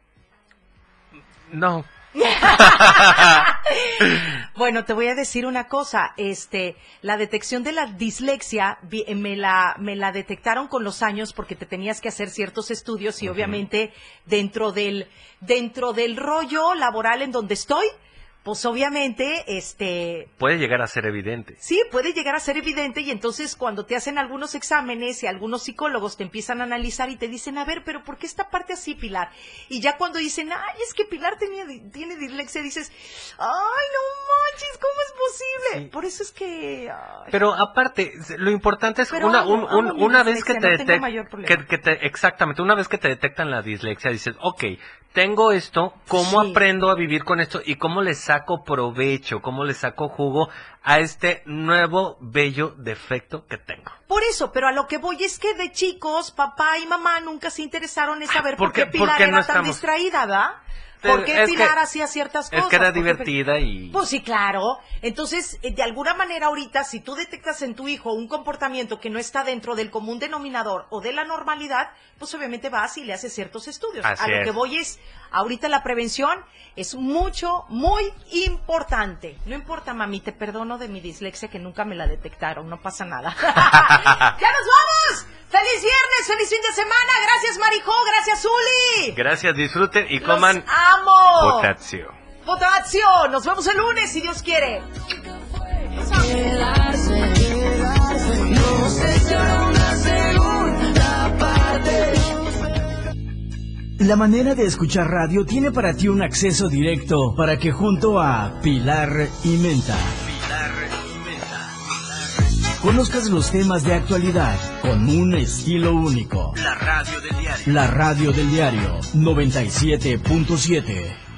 No. Bueno, te voy a decir una cosa, la detección de la dislexia me la detectaron con los años porque te tenías que hacer ciertos estudios y obviamente dentro del rollo laboral en donde estoy, pues obviamente, puede llegar a ser evidente. Sí, puede llegar a ser evidente, y entonces cuando te hacen algunos exámenes y algunos psicólogos te empiezan a analizar y te dicen, a ver, pero ¿por qué esta parte así, Pilar? Y ya cuando dicen, ay, es que Pilar tiene dislexia, dices, ay, no manches, ¿cómo es posible? Sí. Por eso es que... Ay. Pero aparte, lo importante es una vez que te exactamente, una vez que te detectan la dislexia, dices, ok, tengo esto, ¿cómo aprendo a vivir con esto? ¿Y cómo le saco provecho? ¿Cómo le saco jugo a este nuevo bello defecto que tengo? Por eso, pero a lo que voy es que de chicos, papá y mamá nunca se interesaron en saber por qué Pilar era tan distraída, ¿verdad? ¿Por qué Pilar hacía ciertas cosas? Es que era divertida y... Pues sí, claro. Entonces, de alguna manera ahorita, si tú detectas en tu hijo un comportamiento que no está dentro del común denominador o de la normalidad, pues obviamente vas y le haces ciertos estudios. Así lo que voy es, ahorita la prevención es muy importante. No importa, mami, te perdono de mi dislexia que nunca me la detectaron, no pasa nada. ¡Ya nos vamos! ¡Feliz viernes! ¡Feliz fin de semana! ¡Gracias, Marijó! ¡Gracias, Uli! Gracias, disfruten y coman ¡Los amo! potasio. votación. Nos vemos el lunes, si Dios quiere. Quedarse, no sé si habrá una segunda parte. La manera de escuchar radio tiene para ti un acceso directo para que junto a Pilar y Menta conozcas los temas de actualidad con un estilo único. La radio del diario. La radio del diario 97.7.